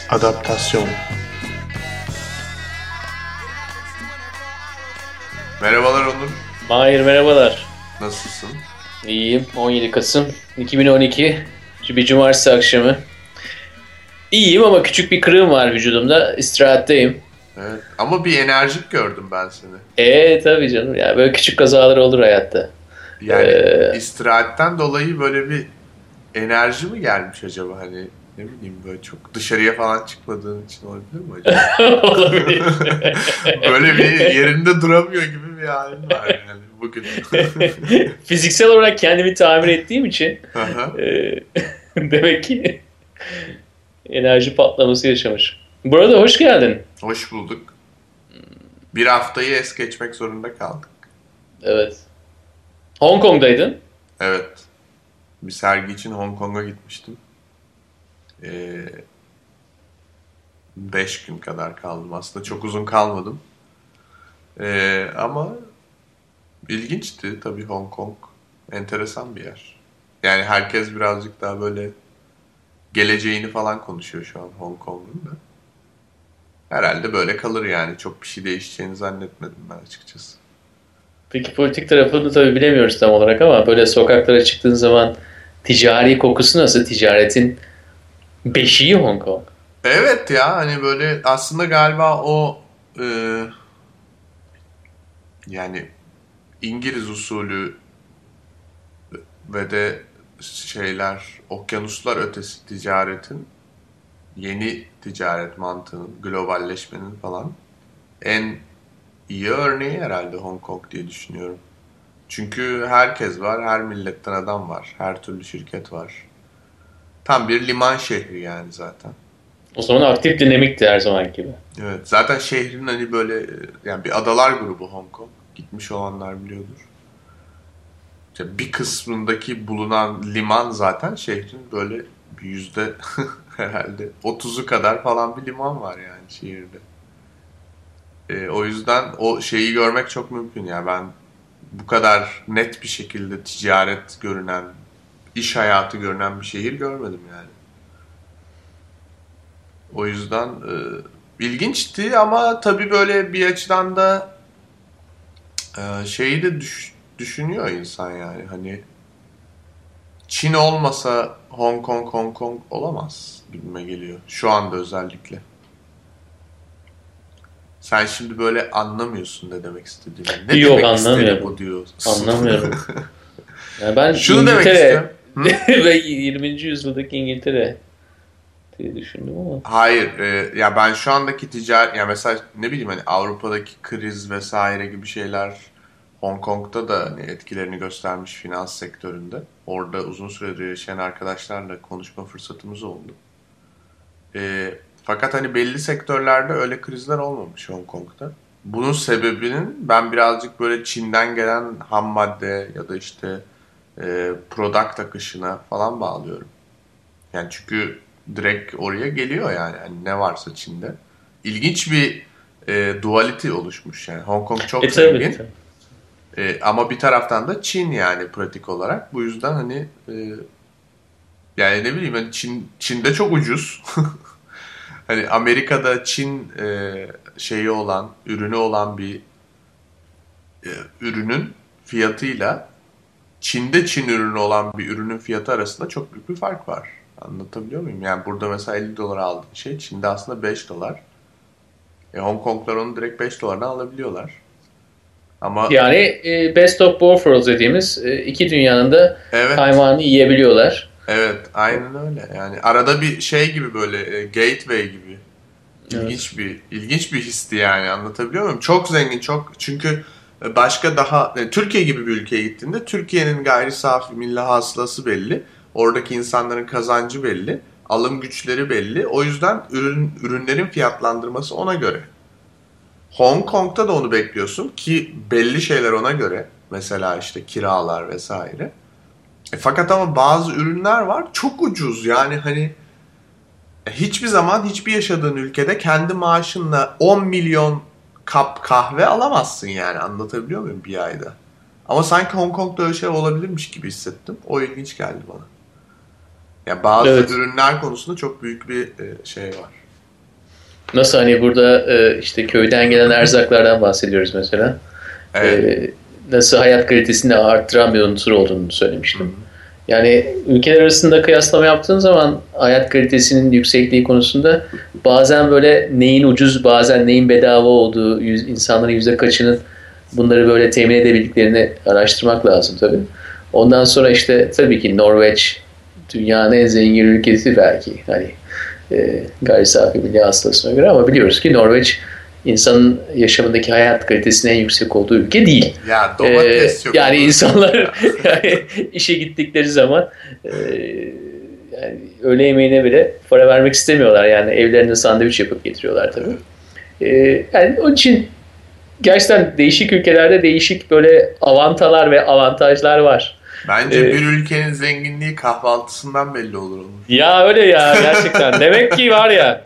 Adaptasyon. Merhabalar Onur. Mahir merhabalar. Nasılsın? İyiyim. 17 Kasım 2012. Bir cumartesi akşamı. İyiyim ama küçük bir kırığım var vücudumda. İstirahatteyim. Evet. Ama bir enerjik gördüm ben seni. Tabii canım ya. Böyle küçük kazalar olur hayatta. Yani istirahatten dolayı böyle bir enerji mi gelmiş acaba? Hani ne bileyim böyle çok dışarıya falan çıkmadığın için olabilir mi acaba? Olabilir. Böyle bir yerinde duramıyor gibi bir halin var yani bugün. Fiziksel olarak kendimi tamir ettiğim için Aha. e, demek ki enerji patlaması yaşamış. Burada hoş geldin. Hoş bulduk. Bir haftayı es geçmek zorunda kaldık. Evet. Hong Kong'daydın. Evet. Bir sergi için Hong Kong'a gitmiştim. Ee, 5 gün kadar kaldım. Aslında çok uzun kalmadım. Ama ilginçti tabii Hong Kong. Enteresan bir yer. Yani herkes birazcık daha böyle geleceğini falan konuşuyor şu an Hong Kong'un da. Herhalde böyle kalır yani. Çok bir şey değişeceğini zannetmedim ben açıkçası. Peki politik tarafını tabii bilemiyoruz tam olarak ama böyle sokaklara çıktığın zaman ticari kokusu nasıl? Ticaretin beşiği Hong Kong. Evet ya hani böyle aslında galiba o yani İngiliz usulü ve de okyanuslar ötesi ticaretin yeni ticaret mantığının, globalleşmenin falan en iyi örneği herhalde Hong Kong diye düşünüyorum. Çünkü herkes var, her milletten adam var, her türlü şirket var. Tam bir liman şehri yani zaten. O zaman aktif dinamikti her zaman gibi. Evet, zaten şehrin hani böyle yani bir adalar grubu Hong Kong. Gitmiş olanlar biliyordur. İşte bir kısmındaki bulunan liman zaten şehrin böyle bir yüzde herhalde 30'u kadar falan bir liman var yani şehirde. O yüzden o şeyi görmek çok mümkün ya. Ben bu kadar net bir şekilde ticaret görünen, iş hayatı görünen bir şehir görmedim yani. O yüzden ilginçti ama tabii böyle bir açıdan da şeyi de düşünüyor insan yani. Hani Çin olmasa Hong Kong olamaz gibime geliyor. Şu anda özellikle. Sen şimdi böyle anlamıyorsun ne demek istediğimi. Ne Yok demek istedi anlamıyorum. bu diyorsun. Anlamıyorum. Yani ben Şunu demek İngiltere istiyorum. Hı? ve 20. yüzyıldaki İngiltere diye düşündüm ama. Hayır. Ya ben şu andaki ticaret, ya mesela ne bileyim hani Avrupa'daki kriz vesaire gibi şeyler Hong Kong'da da hani etkilerini göstermiş finans sektöründe. Orada uzun süredir yaşayan arkadaşlarla konuşma fırsatımız oldu. Fakat hani belli sektörlerde öyle krizler olmamış Hong Kong'da. Bunun sebebinin ben birazcık böyle Çin'den gelen ham madde ya da işte product akışına falan bağlıyorum. Yani çünkü direkt oraya geliyor yani. Yani ne varsa Çin'de. İlginç bir duality oluşmuş yani. Hong Kong çok Tabii zengin tabii. ama bir taraftan da Çin yani pratik olarak. Bu yüzden hani yani ne bileyim hani Çin'de çok ucuz. Hani Amerika'da Çin şeyi olan, ürünü olan bir ürünün fiyatıyla Çin'de Çin ürünü olan bir ürünün fiyatı arasında çok büyük bir fark var. Anlatabiliyor muyum? Yani burada mesela 50 dolara aldığın şey Çin'de aslında 5 dolar. Hong Kong'lar onu direkt 5 dolardan alabiliyorlar. Ama Yani best of both worlds dediğimiz iki dünyanın da evet, kaymağını yiyebiliyorlar. evet aynen öyle. Yani arada bir şey gibi böyle gateway gibi. Evet. İlginç bir histi yani anlatabiliyor muyum? Çok zengin çok çünkü başka daha Türkiye gibi bir ülkeye gittiğinde Türkiye'nin gayri safi milli hasılası belli. Oradaki insanların kazancı belli. Alım güçleri belli. O yüzden ürünlerin fiyatlandırması ona göre. Hong Kong'da da onu bekliyorsun ki belli şeyler ona göre. Mesela işte kiralar vesaire. Fakat ama bazı ürünler var çok ucuz yani hani hiçbir zaman hiçbir yaşadığın ülkede kendi maaşınla 10 milyon kap kahve alamazsın yani anlatabiliyor muyum bir ayda? Ama sanki Hong Kong'da öyle şey olabilirmiş gibi hissettim. O ilginç geldi bana. Ya bazı Evet. ürünler konusunda çok büyük bir şey var. Nasıl hani burada işte köyden gelen erzaklardan bahsediyoruz mesela. Evet. Nasıl hayat kalitesini arttıran bir unsur olduğunu Hı hı. söylemiştim. Yani ülkeler arasında kıyaslama yaptığın zaman hayat kalitesinin yüksekliği konusunda bazen böyle neyin ucuz bazen neyin bedava olduğu, insanların yüzde kaçının bunları böyle temin edebildiklerini araştırmak lazım tabii. Ondan sonra işte tabii ki Norveç dünyanın en zengin ülkesi belki. Hani gayri safi milli hasılasına göre ama biliyoruz ki Norveç insanın yaşamındaki hayat kalitesinin en yüksek olduğu ülke değil. Ya domates çok Yani olur. insanlar yani işe gittikleri zaman yani öğle yemeğine bile para vermek istemiyorlar. Yani evlerinde sandviç yapıp getiriyorlar tabii. Yani onun için gerçekten değişik ülkelerde değişik böyle avantalar ve avantajlar var. Bence bir ülkenin zenginliği kahvaltısından belli olur Onur. Ya öyle ya gerçekten. Demek ki var ya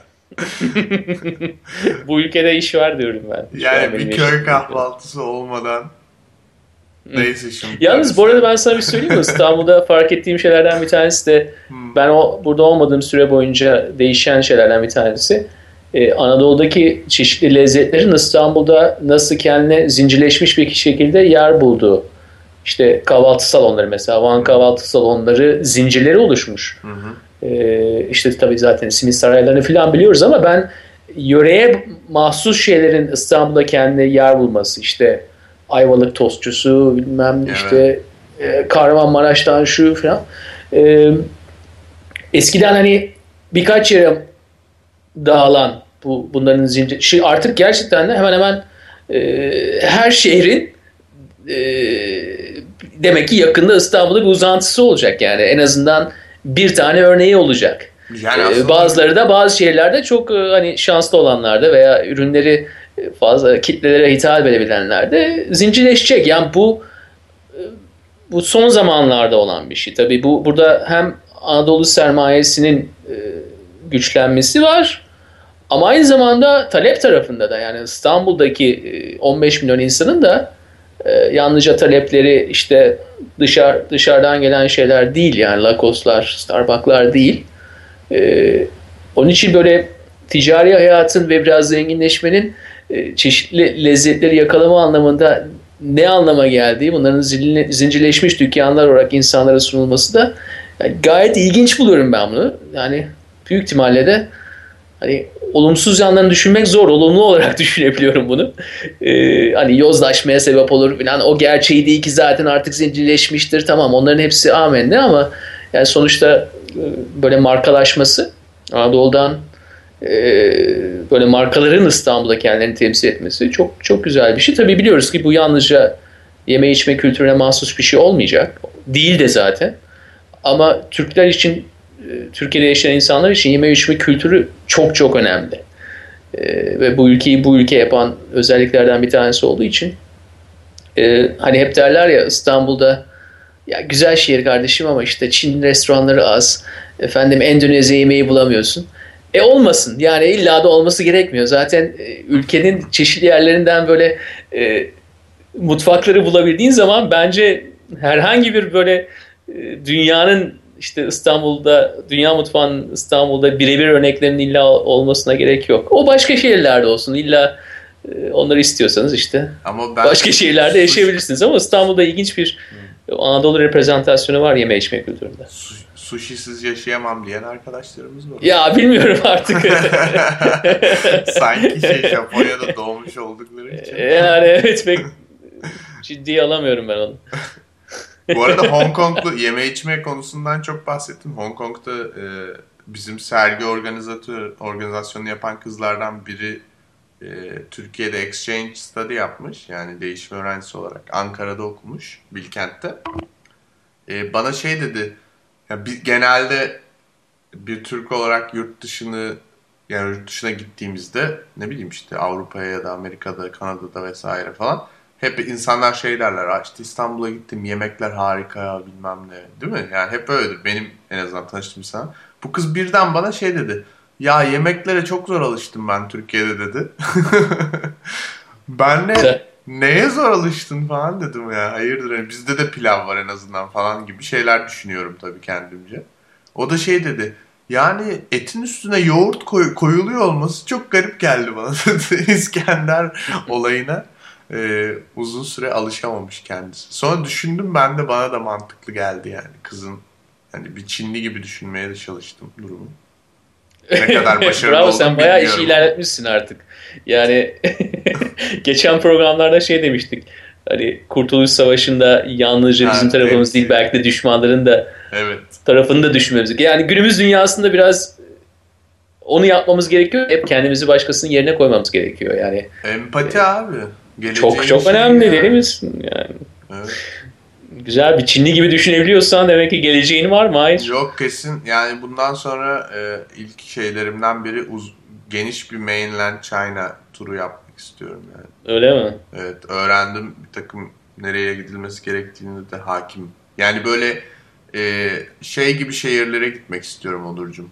bu ülkede iş var diyorum ben. Şu an Yani benim bir köy yaşadığım ülkede. kahvaltısı olmadan neyse şimdi Yalnız bu arada ben sana bir söyleyeyim mi? İstanbul'da fark ettiğim şeylerden bir tanesi de ben burada olmadığım süre boyunca değişen şeylerden bir tanesi. Anadolu'daki çeşitli lezzetlerin İstanbul'da nasıl kendine zincirleşmiş bir şekilde yer bulduğu. İşte kahvaltı salonları mesela. Van kahvaltı salonları zincirleri oluşmuş. Hı hı. İşte tabii zaten simit saraylarını falan biliyoruz ama ben yöreye mahsus şeylerin İstanbul'da kendine yer bulması işte Ayvalık tostçusu bilmem Evet. işte Kahramanmaraş'tan şu falan. E, Eskiden hani birkaç yere dağılan bunların zincir artık gerçekten de hemen hemen her şehrin e, demek ki yakında İstanbul'da bir uzantısı olacak yani en azından bir tane örneği olacak. Yani aslında Bazıları da bazı şehirlerde çok hani şanslı olanlarda veya ürünleri fazla kitlelere hitap edebilenlerde zincirleşecek. Yani bu son zamanlarda olan bir şey. Tabii burada hem Anadolu sermayesinin güçlenmesi var ama aynı zamanda talep tarafında da yani İstanbul'daki 15 milyon insanın da yalnızca talepleri işte dışarıdan gelen şeyler değil yani Lacoste'lar, Starbucks'lar değil. Onun için böyle ticari hayatın ve biraz zenginleşmenin çeşitli lezzetleri yakalama anlamında ne anlama geldiği, bunların zincirleşmiş dükkanlar olarak insanlara sunulması da yani gayet ilginç buluyorum ben bunu. Yani büyük ihtimalle de hani olumsuz yanlarını düşünmek zor, olumlu olarak düşünebiliyorum bunu. Hani yozlaşmaya sebep olur falan. O gerçeği değil ki zaten artık zincirleşmiştir. Tamam onların hepsi amenna ama yani sonuçta böyle markalaşması Anadolu'dan böyle markaların İstanbul'da kendilerini temsil etmesi çok çok güzel bir şey. Tabii biliyoruz ki bu yalnızca yeme içme kültürüne mahsus bir şey olmayacak. Değil de zaten. Ama Türkler için Türkiye'de yaşayan insanlar için yeme içme kültürü çok çok önemli. Ve bu ülkeyi bu ülke yapan özelliklerden bir tanesi olduğu için hani hep derler ya İstanbul'da ya güzel şehir kardeşim ama işte Çin restoranları az. Efendim Endonezya yemeği bulamıyorsun. Olmasın. Yani illa da olması gerekmiyor. Zaten ülkenin çeşitli yerlerinden böyle mutfakları bulabildiğin zaman bence herhangi bir böyle dünyanın işte İstanbul'da, dünya mutfağının İstanbul'da birebir örneklerinin illa olmasına gerek yok. O başka şehirlerde olsun. İlla onları istiyorsanız işte ama ben başka şehirlerde yaşayabilirsiniz. Ama İstanbul'da ilginç bir Anadolu reprezentasyonu var yeme içme kültüründe. Sushisiz yaşayamam diyen arkadaşlarımız var. Ya bilmiyorum artık. Sanki Japonya'da doğmuş oldukları için. Yani evet pek ciddiye alamıyorum ben onu. Bu arada Hong Konglu yeme içme konusundan çok bahsettim. Hong Kong'da bizim sergi organizasyonu yapan kızlardan biri Türkiye'de exchange study yapmış. Yani değişim öğrencisi olarak Ankara'da okumuş, Bilkent'te. Bana şey dedi, ya genelde bir Türk olarak yurt dışına gittiğimizde ne bileyim işte Avrupa'ya ya da Amerika'da, Kanada'da vesaire falan hep insanlar şey derler. İşte İstanbul'a gittim yemekler harika ya bilmem ne. Değil mi? Yani hep öyledir. Benim en azından tanıştığım insan. Bu kız birden bana şey dedi. Ya yemeklere çok zor alıştım ben Türkiye'de dedi. Ben neye zor alıştın falan dedim ya. Hayırdır yani bizde de pilav var en azından falan gibi şeyler düşünüyorum tabii kendimce. O da şey dedi. Yani etin üstüne yoğurt koyuluyor olması çok garip geldi bana. İskender olayına uzun süre alışamamış kendisi. Sonra düşündüm, ben de, bana da mantıklı geldi yani. Kızın hani bir Çinli gibi düşünmeye de çalıştım durumu. Ne kadar başarılı Bravo, sen oldum bayağı işi bilmiyorum ama. ilerletmişsin artık. Yani geçen programlarda şey demiştik. Hani Kurtuluş Savaşı'nda yalnızca bizim Ha, tarafımız değil, hepsi. belki de düşmanların da Evet. tarafını da düşünmemiz gerekiyor. Yani günümüz dünyasında biraz onu yapmamız gerekiyor. Hep kendimizi başkasının yerine koymamız gerekiyor. Yani Empati abi. çok Geleceğin çok şeyi önemli, değil yani. misin? Yani Evet. güzel bir Çinli gibi düşünebiliyorsan demek ki geleceğin var mı? Hayır. Yok, kesin yani bundan sonra ilk şeylerimden biri geniş bir mainland China turu yapmak istiyorum yani. Öyle mi? Evet, öğrendim bir takım nereye gidilmesi gerektiğini de hakim. Yani böyle şey gibi şehirlere gitmek istiyorum Onurcuğum.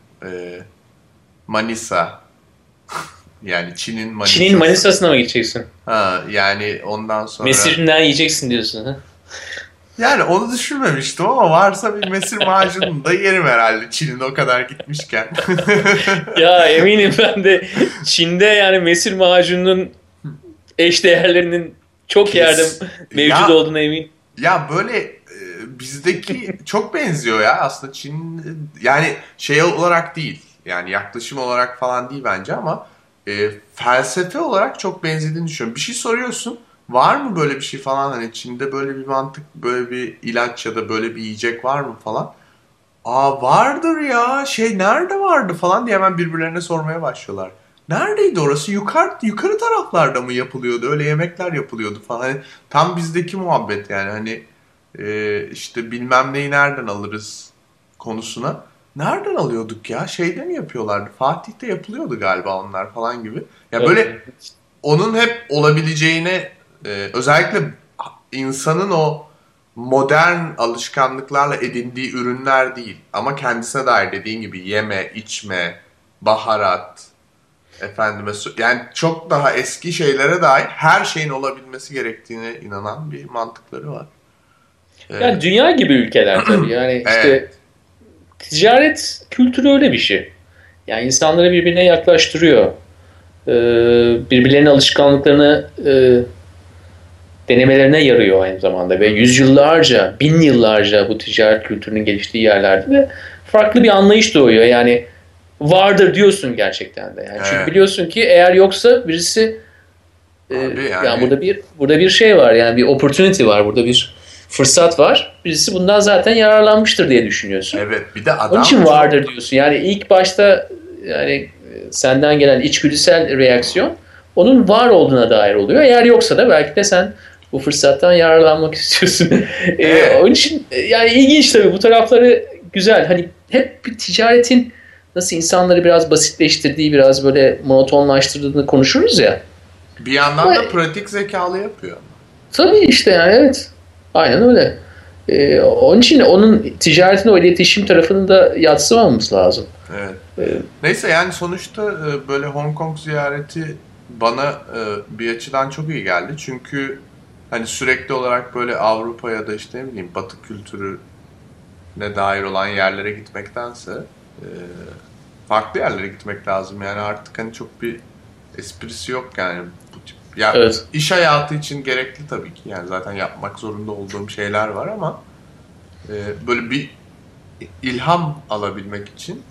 Manisa, yani Çin'in Çin'in Manisa'sı. Manisa'sına mı gideceksin? Ha, yani ondan sonra Mesir'inden yiyeceksin diyorsun. Ha? yani onu düşünmemiştim ama varsa bir mesir macunu da yerim herhalde, Çin'in o kadar gitmişken. Ya eminim ben de Çin'de yani mesir macununun eş değerlerinin çok yerde Kes. mevcut Ya olduğuna eminim. ya böyle bizdeki çok benziyor ya aslında Çin, yani şey olarak değil, yani yaklaşım olarak falan değil bence ama felsefe olarak çok benzediğini düşünüyorum. Bir şey soruyorsun, var mı böyle bir şey falan, hani Çin'de böyle bir mantık, böyle bir ilaç ya da böyle bir yiyecek var mı falan. Aa, vardır ya, şey nerede vardı falan diye hemen birbirlerine sormaya başlıyorlar. Neredeydi orası? Yukarı taraflarda mı yapılıyordu? Öyle yemekler yapılıyordu falan. Hani tam bizdeki muhabbet yani, hani işte bilmem neyi nereden alırız konusuna. Nereden alıyorduk ya? Şeyde mi yapıyorlardı? Fatih'te yapılıyordu galiba onlar falan gibi. Ya böyle Evet. onun hep olabileceğine, özellikle insanın o modern alışkanlıklarla edindiği ürünler değil ama kendisine dair dediğin gibi yeme, içme, baharat, yani çok daha eski şeylere dair her şeyin olabilmesi gerektiğine inanan bir mantıkları var. Yani E, dünya gibi ülkeler tabii. Yani işte evet, ticaret kültürü öyle bir şey. Yani insanları birbirine yaklaştırıyor. Ee, birbirlerinin alışkanlıklarını denemelerine yarıyor aynı zamanda ve yüzyıllarca, bin yıllarca bu ticaret kültürünün geliştiği yerlerde de farklı bir anlayış doğuyor. Yani vardır diyorsun gerçekten de. Yani çünkü evet. biliyorsun ki eğer yoksa birisi Abi yani yani burada bir şey var. Yani bir opportunity var. Burada bir fırsat var. Birisi bundan zaten yararlanmıştır diye düşünüyorsun. evet, bir de Onun adam için vardır çok diyorsun. Yani ilk başta yani senden gelen içgüdüsel reaksiyon onun var olduğuna dair oluyor. Eğer yoksa da belki de sen bu fırsattan yararlanmak istiyorsun. Onun evet. için yani ilginç tabii, bu tarafları güzel. Hani hep bir ticaretin nasıl insanları biraz basitleştirdiği, biraz böyle monotonlaştırdığını konuşuruz ya. Bir yandan Ama da pratik zekalı yapıyor. tabii işte yani evet. Aynen öyle. Onun için onun ticaretin o iletişim tarafını da yadsımamamız lazım. Evet. Ee, Neyse, yani sonuçta böyle Hong Kong ziyareti bana bir açıdan çok iyi geldi. Çünkü hani sürekli olarak böyle Avrupa ya da işte ne bileyim Batı kültürüne dair olan yerlere gitmektense e, farklı yerlere gitmek lazım. Yani artık hani çok bir esprisi yok yani bu tip. Ya evet. iş hayatı için gerekli tabii ki. Yani zaten yapmak zorunda olduğum şeyler var ama böyle bir ilham alabilmek için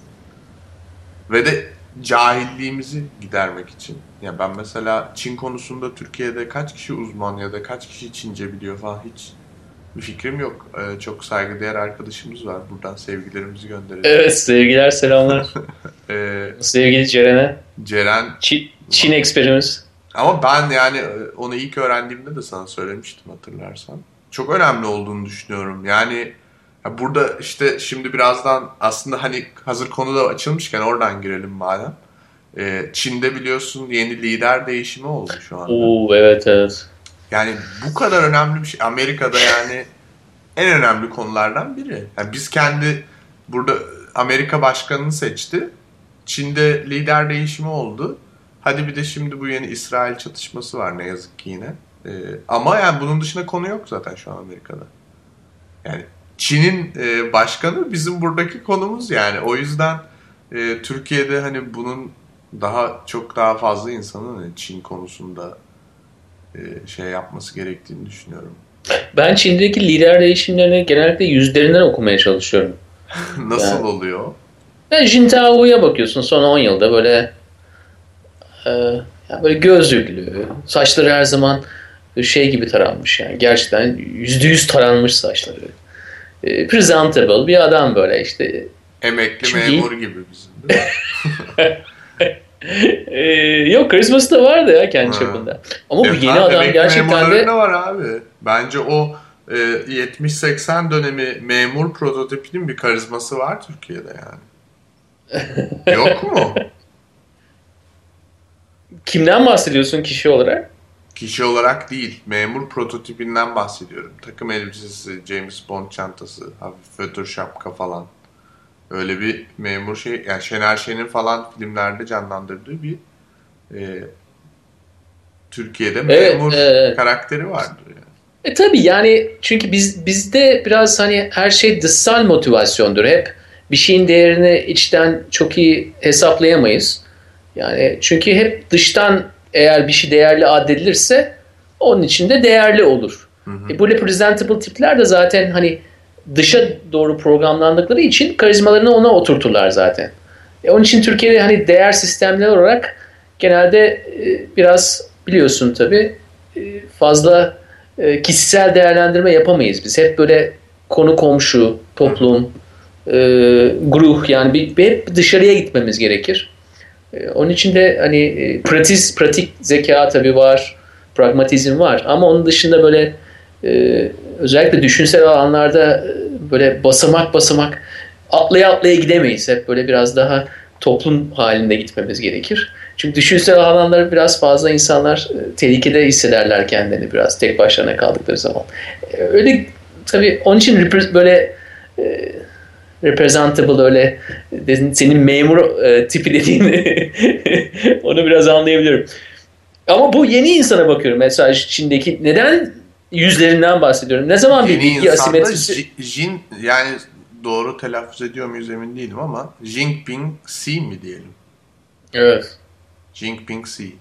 ve de cahilliğimizi gidermek için. Ya ben mesela Çin konusunda Türkiye'de kaç kişi uzman ya da kaç kişi Çince biliyor falan, hiç bir fikrim yok. Çok saygıdeğer arkadaşımız var. Buradan sevgilerimizi gönderelim. Evet, sevgiler, selamlar. Ee, Sevgili Ceren'e. Ceren Çin eksperimiz. ama ben yani onu ilk öğrendiğimde de sana söylemiştim, hatırlarsan. Çok önemli olduğunu düşünüyorum. Yani ya burada işte şimdi birazdan aslında hani hazır konu da açılmışken oradan girelim madem. Çin'de biliyorsun yeni lider değişimi oldu şu anda. Oo, evet evet. Yani bu kadar önemli bir şey. Amerika'da yani en önemli konulardan biri. Yani biz kendi burada Amerika başkanını seçti. Çin'de lider değişimi oldu. Hadi bir de şimdi bu yeni İsrail çatışması var ne yazık ki yine. Ama yani bunun dışında konu yok zaten şu an Amerika'da. Yani Çin'in başkanı bizim buradaki konumuz yani. O yüzden Türkiye'de hani bunun çok daha fazla insanın hani Çin konusunda şey yapması gerektiğini düşünüyorum. Ben Çin'deki lider değişimlerini genellikle yüzlerinden okumaya çalışıyorum. Nasıl oluyor? Yani Jintao'ya bakıyorsun son 10 yılda böyle yani böyle gözlüklü, saçları her zaman şey gibi taranmış yani gerçekten %100 taranmış saçları. Presentable bir adam böyle işte. Emekli Çünkü memur gibi bizim değil mi? Yok karizması da vardı ya kendi çapında. Ama bu yeni adam gerçekten de memurların da var abi. Bence o 70-80 dönemi memur prototipinin bir karizması var Türkiye'de yani. Yok mu? Kimden bahsediyorsun kişi olarak? Kişi olarak değil, memur prototipinden bahsediyorum. Takım elbisesi, James Bond çantası, hafif fötr şapka falan. Öyle bir memur şey, yani Şener Şen'in falan filmlerde canlandırdığı bir Türkiye'de memur karakteri vardır yani. Tabii yani çünkü bizde biraz hani her şey dışsal motivasyondur hep. Bir şeyin değerini içten çok iyi hesaplayamayız. Yani çünkü hep dıştan eğer bir şey değerli addedilirse onun için de değerli olur. Hı hı. Bu representable tipler de zaten hani dışa doğru programlandıkları için karizmalarını ona oturturlar zaten. Onun için Türkiye'de hani değer sistemleri olarak genelde biraz biliyorsun tabii fazla kişisel değerlendirme yapamayız biz. Hep böyle konu komşu, toplum, grup yani hep dışarıya gitmemiz gerekir. Onun için de hani pratik zeka tabii var, pragmatizm var ama onun dışında böyle özellikle düşünsel alanlarda böyle basamak basamak atlaya gidemeyiz. Hep böyle biraz daha toplum halinde gitmemiz gerekir. Çünkü düşünsel alanları biraz fazla insanlar tehlikede hissederler kendilerini biraz tek başlarına kaldıkları zaman. Öyle tabii onun için böyle representable öyle senin memur tipi dediğini onu biraz anlayabiliyorum. Ama bu yeni insana bakıyorum. Mesela Çin'deki neden yüzlerinden bahsediyorum. Ne zaman bir bilgi asimetrisi... Yani doğru telaffuz ediyor muyuz emin değilim ama Jinping Xi mi diyelim? Evet. Jinping Xi.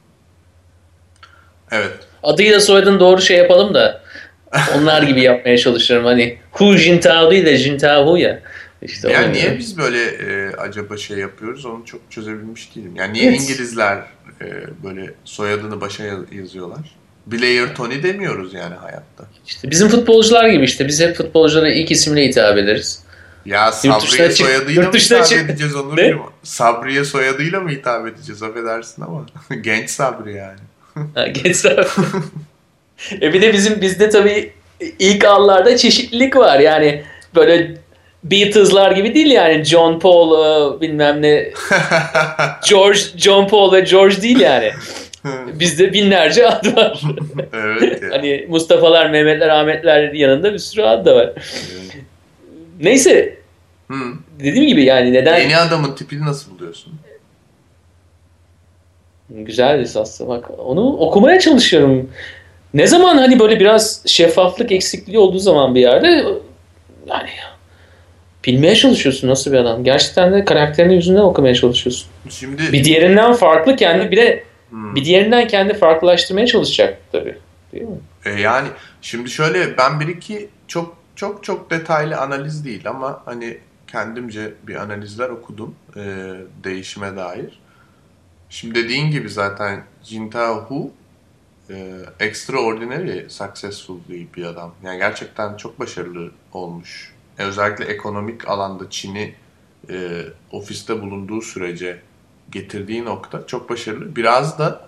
Evet. Adıyla soyadını doğru şey yapalım da onlar gibi yapmaya çalışıyorum. Hani Hu Jintao değil de Jintao ya. İşte yani niye biz böyle acaba şey yapıyoruz onu çok çözebilmiş değilim. Yani niye İngilizler böyle soyadını başa yazıyorlar? Blair Tony demiyoruz yani hayatta. İşte bizim futbolcular gibi işte. Biz hep futbolculara ilk isimle hitap ederiz. Ya Sabriye soyadıyla mı hitap edeceğiz Onurcuğum? Sabriye soyadıyla mı hitap edeceğiz? Affedersin ama. Genç Sabri yani. Genç Sabri. Bir de bizde tabii ilk anlarda çeşitlilik var. Yani böyle Beatles'lar gibi değil yani. John Paul bilmem ne. John Paul ve George değil yani. Bizde binlerce ad var. Evet ya. Hani Mustafa'lar, Mehmetler, Ahmetler yanında bir sürü ad da var. Evet. Neyse. Dediğim gibi yani neden... Yeni adamın tipini nasıl buluyorsun? Güzel esaslı bak. Onu okumaya çalışıyorum. Ne zaman hani böyle biraz şeffaflık eksikliği olduğu zaman bir yerde yani bilmeye çalışıyorsun nasıl bir adam. Gerçekten de karakterinin yüzünden okumaya çalışıyorsun. Şimdi bir diğerinden farklı kendi bir de bir diğerinden kendi farklılaştırmaya çalışacak tabii. Değil mi? Yani şimdi şöyle ben bir iki çok detaylı analiz değil ama hani kendimce bir analizler okudum değişime dair. Şimdi dediğin gibi zaten Jintao Hu extraordinary successful bir adam. Yani gerçekten çok başarılı olmuş. Özellikle ekonomik alanda Çin'i ofiste bulunduğu sürece getirdiği nokta çok başarılı. Biraz da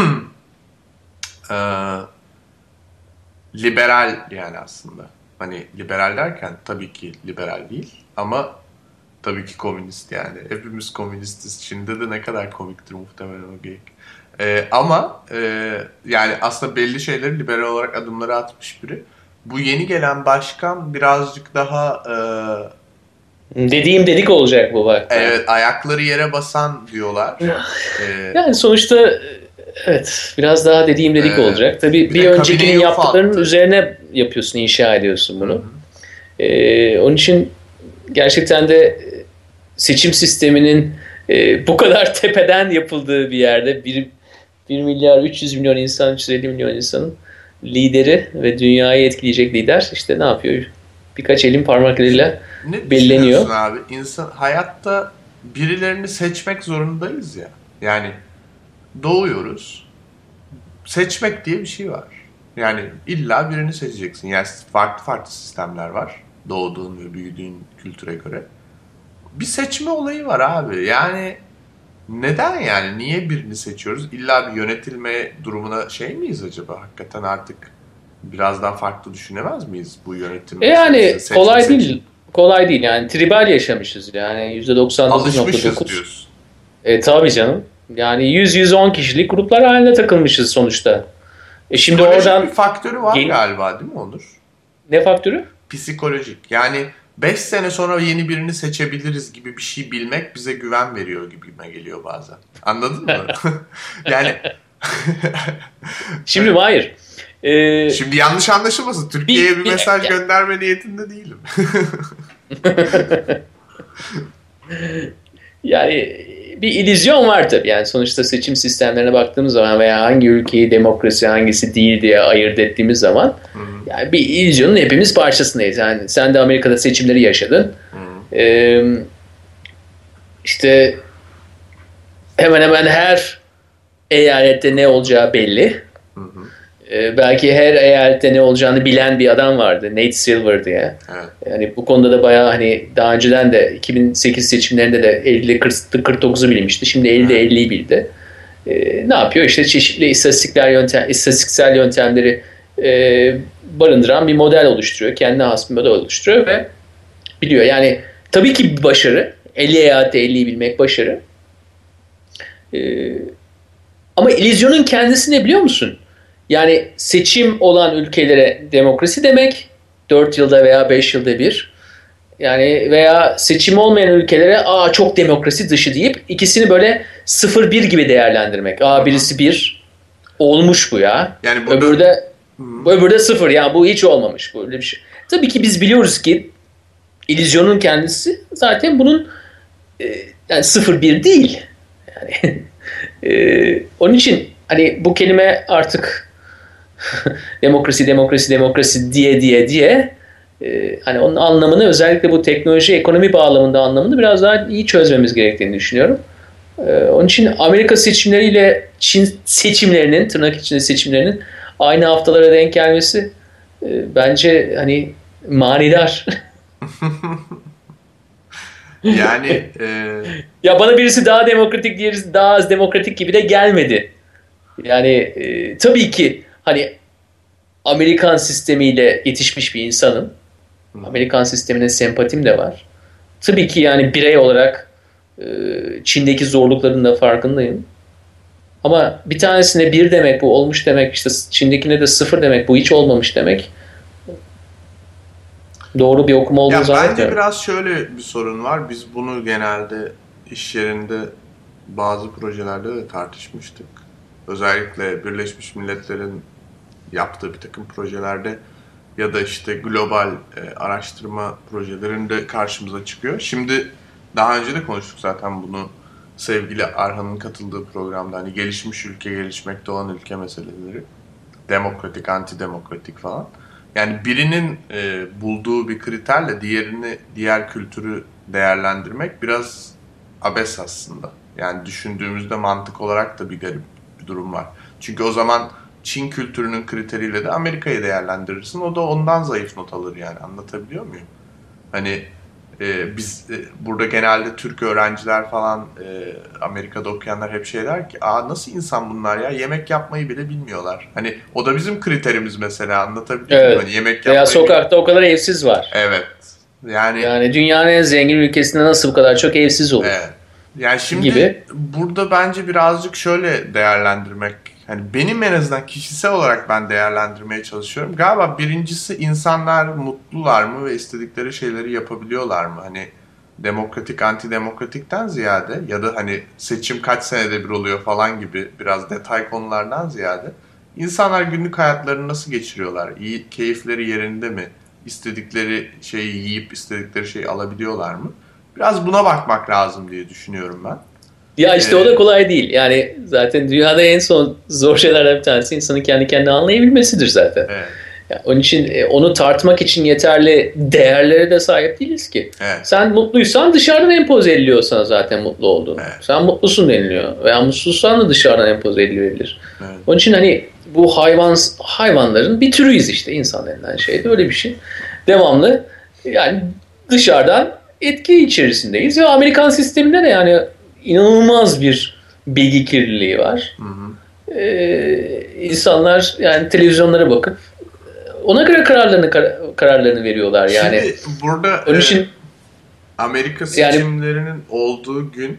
liberal yani aslında. Hani liberal derken tabii ki liberal değil ama tabii ki komünist yani. Hepimiz komünistiz. Çin'de de ne kadar komiktir muhtemelen o geyik. Ama yani aslında belli şeyleri liberal olarak adımları atmış biri. Bu yeni gelen başkan birazcık daha dediğim dedik olacak bu bak. Evet, ayakları yere basan diyorlar. Yani sonuçta evet biraz daha dediğim dedik olacak. Tabii bir öncekinin yaptıklarının üzerine yapıyorsun, inşa ediyorsun bunu. Onun için gerçekten de seçim sisteminin bu kadar tepeden yapıldığı bir yerde 1 milyar 300 milyon insan, 350 milyon insanın lideri ve dünyayı etkileyecek lider işte ne yapıyor? Birkaç elin parmaklarıyla Ne belleniyor. düşünüyorsun abi? İnsan hayatta birilerini seçmek zorundayız ya. Yani doğuyoruz. Seçmek diye bir şey var. Yani illa birini seçeceksin. Yani farklı farklı sistemler var. Doğduğun ve büyüdüğün kültüre göre. Bir seçme olayı var abi. Yani neden yani? Niye birini seçiyoruz? İlla bir yönetilme durumuna şey miyiz acaba? Hakikaten artık biraz daha farklı düşünemez miyiz bu yönetim meselesini? Yani Seçme kolay seçim. değil. Kolay değil yani tribal yaşamışız yani Alışmışız %99.9. diyorsun. Tabii canım. Yani 100-110 kişilik gruplar halinde takılmışız sonuçta. Şimdi Psikolojik bir oradan faktörü var gen- galiba değil mi Onur? ne faktörü? Psikolojik. Yani 5 sene sonra yeni birini seçebiliriz gibi bir şey bilmek bize güven veriyor gibime geliyor bazen. Anladın mı? Yani Şimdi hayır. Ee, şimdi yanlış anlaşılmasın. Türkiye'ye bir mesaj gönderme niyetinde değilim. Yani bir illüzyon var tabii. Yani sonuçta seçim sistemlerine baktığımız zaman veya hangi ülkeyi demokrasi hangisi değil diye ayırt ettiğimiz zaman yani bir illüzyonun hepimiz parçasındayız. Yani sen de Amerika'da seçimleri yaşadın. Ee, işte hemen hemen her eyalette ne olacağı belli. Belki her eyalette ne olacağını bilen bir adam vardı. Nate Silver diye. Evet. Yani bu konuda da bayağı hani daha önceden de 2008 seçimlerinde de 50'de 49'u bilmişti. Şimdi 50'de 50'yi bildi. Ne yapıyor? İşte çeşitli istatistiksel yöntemleri barındıran bir model oluşturuyor. Kendine has bir model oluşturuyor ve biliyor. Yani tabii ki bir başarı. 50 eyalette 50'yi bilmek başarı. Ama illüzyonun kendisi ne biliyor musun? Yani seçim olan ülkelere demokrasi demek 4 yılda veya 5 yılda bir. Yani veya seçim olmayan ülkelere çok demokrasi dışı deyip ikisini böyle 0-1 gibi değerlendirmek. Birisi 1 olmuş bu ya. Yani burada öbürde 0 yani bu hiç olmamış. Böyle bir şey. Tabii ki biz biliyoruz ki illüzyonun kendisi zaten bunun yani 0-1 değil. Yani onun için hani bu kelime artık demokrasi diye hani onun anlamını özellikle bu teknoloji ekonomi bağlamında anlamını biraz daha iyi çözmemiz gerektiğini düşünüyorum. Onun için Amerika seçimleriyle Çin seçimlerinin tırnak içinde seçimlerinin aynı haftalara denk gelmesi bence hani manidar. yani Ya bana birisi daha demokratik, diğeri daha az demokratik gibi de gelmedi. Yani tabii ki hani Amerikan sistemiyle yetişmiş bir insanım. Amerikan sistemine sempatim de var. Tabii ki yani birey olarak Çin'deki zorlukların da farkındayım. Ama bir tanesine 1 demek bu olmuş demek, işte Çin'dekine de 0 demek bu hiç olmamış demek. Doğru bir okuma olduğunu zannetmiyorum. Bence biraz şöyle bir sorun var. Biz bunu genelde iş yerinde bazı projelerde de tartışmıştık. Özellikle Birleşmiş Milletler'in yaptığı bir takım projelerde ya da işte global araştırma projelerinde karşımıza çıkıyor. Şimdi daha önce de konuştuk zaten bunu sevgili Arhan'ın katıldığı programda, hani gelişmiş ülke, gelişmekte olan ülke meseleleri, demokratik, antidemokratik falan. Yani birinin bulduğu bir kriterle diğer kültürü değerlendirmek biraz abes aslında. Yani düşündüğümüzde mantık olarak da bir garip bir durum var. Çünkü o zaman Çin kültürünün kriteriyle de Amerika'yı değerlendirirsin. O da ondan zayıf not alır yani. Anlatabiliyor muyum? Hani biz burada genelde Türk öğrenciler falan Amerika'da okuyanlar hep şey der ki nasıl insan bunlar ya, yemek yapmayı bile bilmiyorlar. Hani o da bizim kriterimiz mesela, anlatabiliyor muyum? Hani yemek Veya sokakta o kadar evsiz var. Evet. Yani dünyanın en zengin ülkesinde nasıl bu kadar çok evsiz olur? evet. Yani şimdi gibi. burada bence birazcık şöyle değerlendirmek, hani benim en azından kişisel olarak ben değerlendirmeye çalışıyorum. Galiba birincisi, insanlar mutlular mı ve istedikleri şeyleri yapabiliyorlar mı? Hani demokratik, antidemokratikten ziyade ya da hani seçim kaç senede bir oluyor falan gibi biraz detay konulardan ziyade insanlar günlük hayatlarını nasıl geçiriyorlar? İyi, keyifleri yerinde mi? İstedikleri şeyi yiyip istedikleri şeyi alabiliyorlar mı? Biraz buna bakmak lazım diye düşünüyorum ben. Ya işte o da kolay değil. Yani zaten dünyada en son zor şeylerden bir tanesi insanın kendi kendine anlayabilmesidir zaten. Evet. Yani onun için onu tartmak için yeterli değerlere de sahip değiliz ki. Evet. Sen mutluysan dışarıdan empoze ediliyor sana zaten mutlu olduğunu. Evet. Sen mutlusun deniliyor. Veya mutsuzsan da dışarıdan empoze edilebilir. Evet. Onun için hani bu hayvanların bir türüyüz işte, insan denilen şey de öyle bir şey. Devamlı yani dışarıdan etki içerisindeyiz ve Amerikan sisteminde de yani inanılmaz bir bilgi kirliliği var. Hı hı. İnsanlar yani televizyonlara bakıp ona göre kararlarını veriyorlar yani. Şimdi burada onun için, Amerika seçimlerinin olduğu gün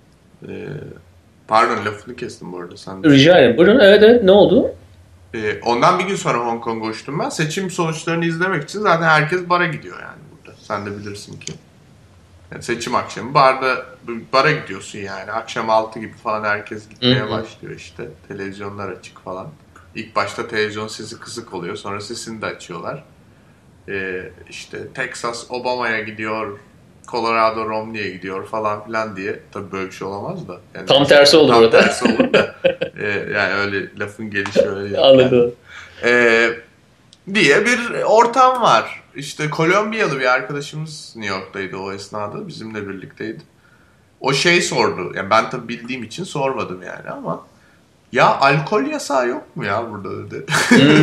pardon lafını kestim bu arada. Sen rica ederim. Buyurun. Evet, ne oldu? Ondan bir gün sonra Hong Kong'a uçtum ben. Seçim sonuçlarını izlemek için zaten herkes bara gidiyor yani burada. Sen de bilirsin ki. Yani seçim akşamı bara gidiyorsun yani. Akşam 6 gibi falan herkes gitmeye başlıyor işte. Televizyonlar açık falan. İlk başta televizyon sesi kısık oluyor. Sonra sesini de açıyorlar. İşte Texas Obama'ya gidiyor. Colorado Romney'e gidiyor falan filan diye. Tabii böyle bir şey olamaz da. Yani tam tersi olur tam orada. Tam tersi olur da. Yani öyle lafın gelişi öyle. Anladım. Diye bir ortam var. İşte Kolombiyalı bir arkadaşımız New York'taydı o esnada. Bizimle birlikteydi. O sordu. Yani ben tabii bildiğim için sormadım yani ama ya alkol yasağı yok mu ya burada dedi.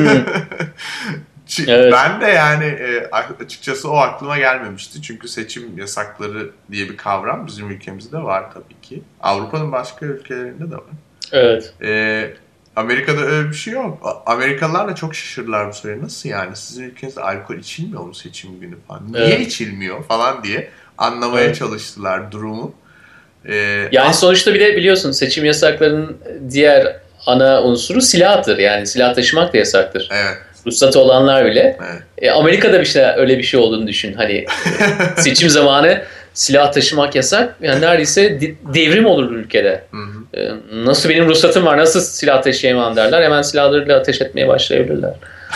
Evet. Ben de yani açıkçası o aklıma gelmemişti. Çünkü seçim yasakları diye bir kavram bizim ülkemizde var tabii ki. Avrupa'nın başka ülkelerinde de var. Evet. Amerika'da öyle bir şey yok. Amerikalılar da çok şaşırırlar bu soruya. Nasıl yani? Sizin ülkenizde alkol içilmiyor mu seçim günü falan? Niye içilmiyor falan diye anlamaya çalıştılar durumu. Yani sonuçta bir de biliyorsun seçim yasaklarının diğer ana unsuru silahtır. Yani silah taşımak da yasaktır. Evet. Ruhsatı olanlar bile. Evet. Amerika'da öyle bir şey olduğunu düşün. Hani seçim zamanı silah taşımak yasak. Yani neredeyse devrim olur ülkede. Nasıl benim ruhsatım var, nasıl silah taşıyamam derler. Hemen silahlarıyla ateş etmeye başlayabilirler.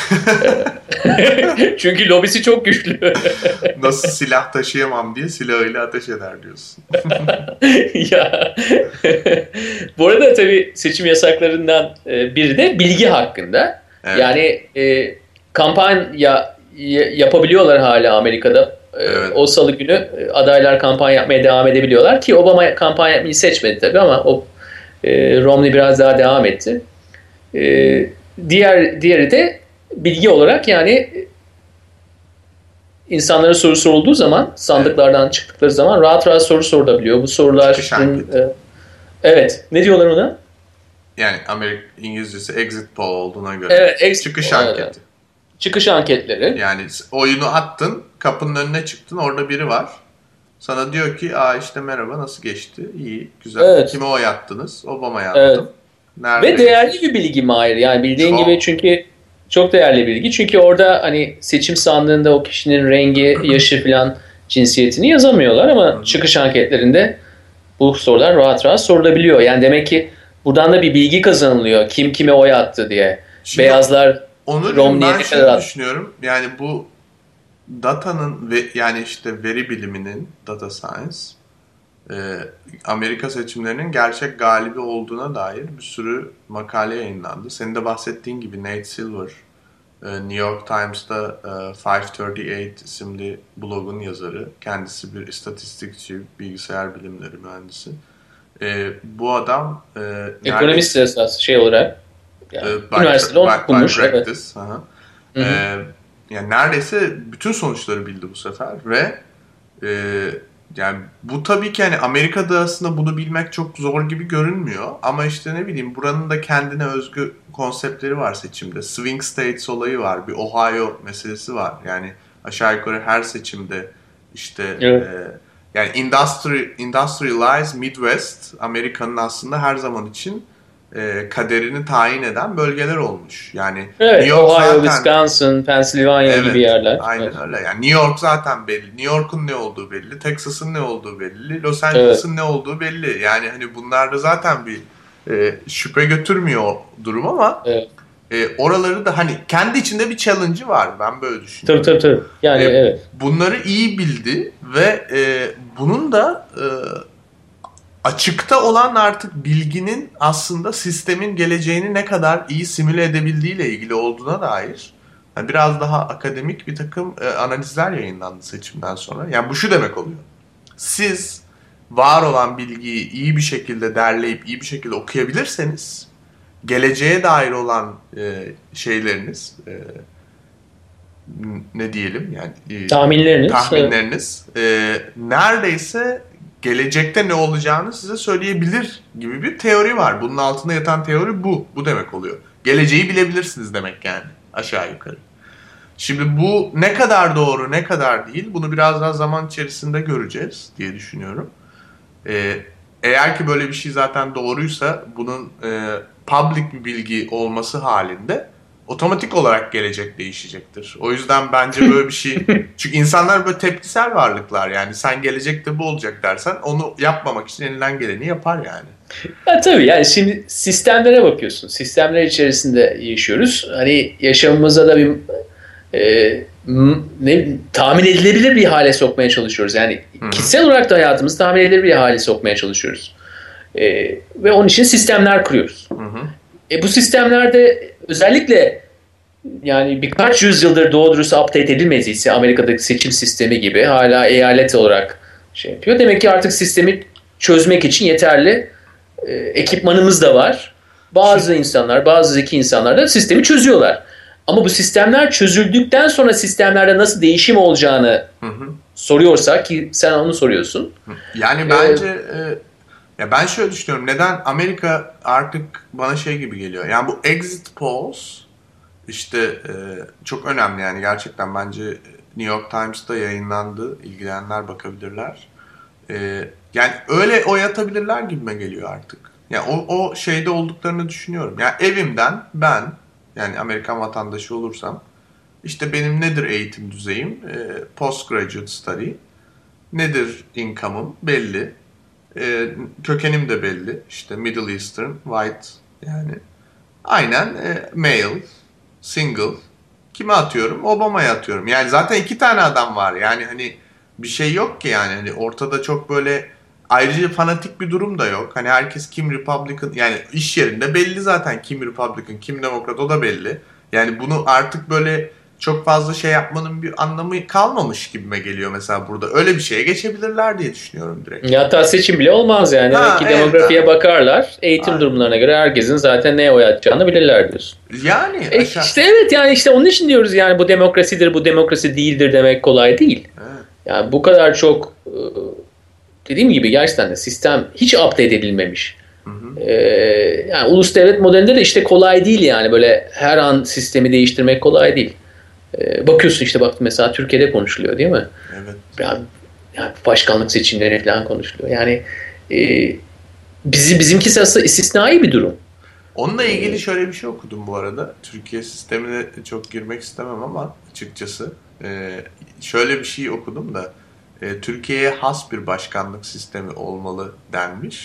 Çünkü lobisi çok güçlü. Nasıl silah taşıyamam diye silahıyla ateş eder diyorsun. Ya. Bu arada tabii seçim yasaklarından biri de bilgi hakkında. Evet. Yani kampanya yapabiliyorlar hala Amerika'da. Evet. O salı günü adaylar kampanya yapmaya devam edebiliyorlar ki Obama kampanya yapmayı seçmedi tabii ama Romney biraz daha devam etti. Diğeri de bilgi olarak yani insanlara soru sorulduğu zaman sandıklardan çıktıkları zaman rahat rahat soru sorulabiliyor. Bu sorular evet. Ne diyorlar ona? Yani İngilizcesi exit poll olduğuna göre. Evet, çıkış anketi. Çıkış anketleri. Yani oyunu attın, kapının önüne çıktın, orada biri var. Sana diyor ki, işte merhaba, nasıl geçti? İyi, güzel. Evet. Kime oy attınız? Obama'ya attım. Evet. Ve değerli bir bilgi Mahir. Yani bildiğin gibi çünkü çok değerli bilgi. Çünkü orada hani seçim sandığında o kişinin rengi, yaşı falan cinsiyetini yazamıyorlar ama çıkış anketlerinde bu sorular rahat rahat sorulabiliyor. Yani demek ki buradan da bir bilgi kazanılıyor. Kim kime oy attı diye. Şimdi beyazlar Romney'e ben şöyle düşünüyorum. Yani bu datanın ve yani işte veri biliminin, data science, Amerika seçimlerinin gerçek galibi olduğuna dair bir sürü makale yayınlandı. Senin de bahsettiğin gibi Nate Silver, New York Times'ta 538 isimli blogun yazarı. Kendisi bir istatistikçi, bilgisayar bilimleri mühendisi. Bu adam ekonomist esas olarak yani, üniversitede okumuş. Evet. Yani neredeyse bütün sonuçları bildi bu sefer ve yani bu tabii ki hani Amerika'da aslında bunu bilmek çok zor gibi görünmüyor ama işte ne bileyim buranın da kendine özgü konseptleri var seçimde. Swing States olayı var. Bir Ohio meselesi var. Yani aşağı yukarı her seçimde işte yani industrialized Midwest Amerika'nın aslında her zaman için kaderini tayin eden bölgeler olmuş. Yani evet, New York Ohio, zaten, Wisconsin, Pennsylvania gibi yerler. Aynen öyle. Yani New York zaten belli. New York'un ne olduğu belli. Texas'ın ne olduğu belli. Los Angeles'ın ne olduğu belli. Yani hani bunlarda zaten bir şüphe götürmüyor durum ama oraları da hani kendi içinde bir challenge'ı var. Ben böyle düşünüyorum. Tabii. Yani evet. Bunları iyi bildi ve bunun da açıkta olan artık bilginin aslında sistemin geleceğini ne kadar iyi simüle edebildiğiyle ilgili olduğuna dair yani biraz daha akademik bir takım analizler yayınlandı seçimden sonra. Yani bu şu demek oluyor. Siz var olan bilgiyi iyi bir şekilde derleyip iyi bir şekilde okuyabilirseniz geleceğe dair olan şeyleriniz ne diyelim yani tahminleriniz neredeyse gelecekte ne olacağını size söyleyebilir gibi bir teori var. Bunun altında yatan teori bu. Bu demek oluyor. Geleceği bilebilirsiniz demek yani aşağı yukarı. Şimdi bu ne kadar doğru ne kadar değil bunu biraz daha zaman içerisinde göreceğiz diye düşünüyorum. Eğer ki böyle bir şey zaten doğruysa bunun public bir bilgi olması halinde otomatik olarak gelecek değişecektir. O yüzden bence böyle bir şey... Çünkü insanlar böyle tepkisel varlıklar yani. Sen gelecekte bu olacak dersen onu yapmamak için elinden geleni yapar yani. Ya tabii yani şimdi sistemlere bakıyorsun. Sistemler içerisinde yaşıyoruz. Hani yaşamımıza da bir tahmin edilebilir bir hale sokmaya çalışıyoruz. Yani kişisel olarak da hayatımızı tahmin edilebilir bir hale sokmaya çalışıyoruz. Ve onun için sistemler kuruyoruz. Bu sistemlerde özellikle yani birkaç yüzyıldır doğru dürüst update edilmediyse Amerika'daki seçim sistemi gibi hala eyalet olarak şey yapıyor. Demek ki artık sistemi çözmek için yeterli ekipmanımız da var. Bazı insanlar, bazı zeki insanlar da sistemi çözüyorlar. Ama bu sistemler çözüldükten sonra sistemlerde nasıl değişim olacağını soruyorsak ki sen onu soruyorsun. Yani bence ya ben şöyle düşünüyorum. Neden Amerika artık bana şey gibi geliyor. Yani bu exit polls işte çok önemli yani gerçekten bence New York Times'ta yayınlandı. İlgilenenler bakabilirler. Yani öyle oy atabilirler gibime geliyor artık. Yani o şeyde olduklarını düşünüyorum. Yani evimden ben yani Amerikan vatandaşı olursam işte benim nedir eğitim düzeyim? Postgraduate study. Nedir income'ım? Belli. Kökenim de belli. İşte Middle Eastern, white yani. Aynen male, single. Kime atıyorum? Obama'ya atıyorum. Yani zaten 2 tane adam var. Yani hani bir şey yok ki yani. Hani ortada çok böyle ayrıca fanatik bir durum da yok. Hani herkes kim Republican yani iş yerinde belli zaten kim Republican, kim Demokrat o da belli. Yani bunu artık böyle çok fazla şey yapmanın bir anlamı kalmamış gibime geliyor mesela burada. Öyle bir şeye geçebilirler diye düşünüyorum direkt. Ya hatta seçim bile olmaz yani. Demek ki demografiye bakarlar. Eğitim durumlarına göre herkesin zaten neye oy atacağını bilirler diyorsun. Yani işte evet yani işte onun için diyoruz yani bu demokrasidir, bu demokrasi değildir demek kolay değil. Evet. Yani bu kadar çok dediğim gibi gerçekten de sistem hiç update edilmemiş. Yani ulus devlet modelinde de işte kolay değil yani böyle her an sistemi değiştirmek kolay değil. Bakıyorsun işte bak mesela Türkiye'de konuşuluyor değil mi? Evet. Yani başkanlık seçimleri falan konuşuluyor. Yani bizimkisi aslında istisnai bir durum. Onunla ilgili şöyle bir şey okudum bu arada. Türkiye sistemine çok girmek istemem ama açıkçası şöyle bir şey okudum da Türkiye'ye has bir başkanlık sistemi olmalı denmiş.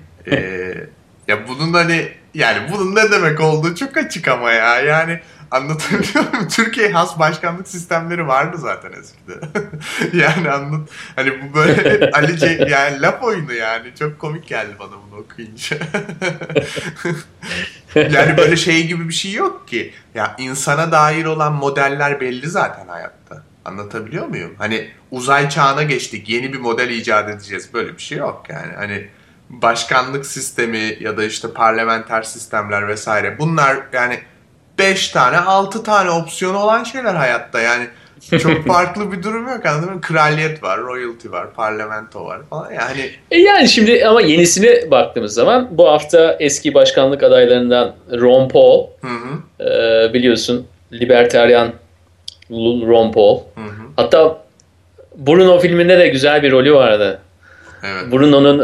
Ya bunun hani yani bunun ne demek olduğu çok açık ama ya yani anlatabiliyor muyum? Türkiye has başkanlık sistemleri vardı zaten eskide. Yani hani bu böyle Alice yani laf oyunu yani çok komik geldi bana bunu okuyunca. Yani böyle şey gibi bir şey yok ki. Ya insana dair olan modeller belli zaten hayatta. Anlatabiliyor muyum? Hani uzay çağına geçtik. Yeni bir model icat edeceğiz. Böyle bir şey yok yani. Hani başkanlık sistemi ya da işte parlamenter sistemler vesaire. Bunlar yani 5 tane 6 tane opsiyonu olan şeyler hayatta. Yani çok farklı bir durum yok anladın mı? Kraliyet var, royalty var, parlamento var falan yani. Yani şimdi ama yenisine baktığımız zaman bu hafta eski başkanlık adaylarından Ron Paul biliyorsun libertaryen Ron Paul. Hatta Bruno filminde de güzel bir rolü vardı. Evet. Bruno'nun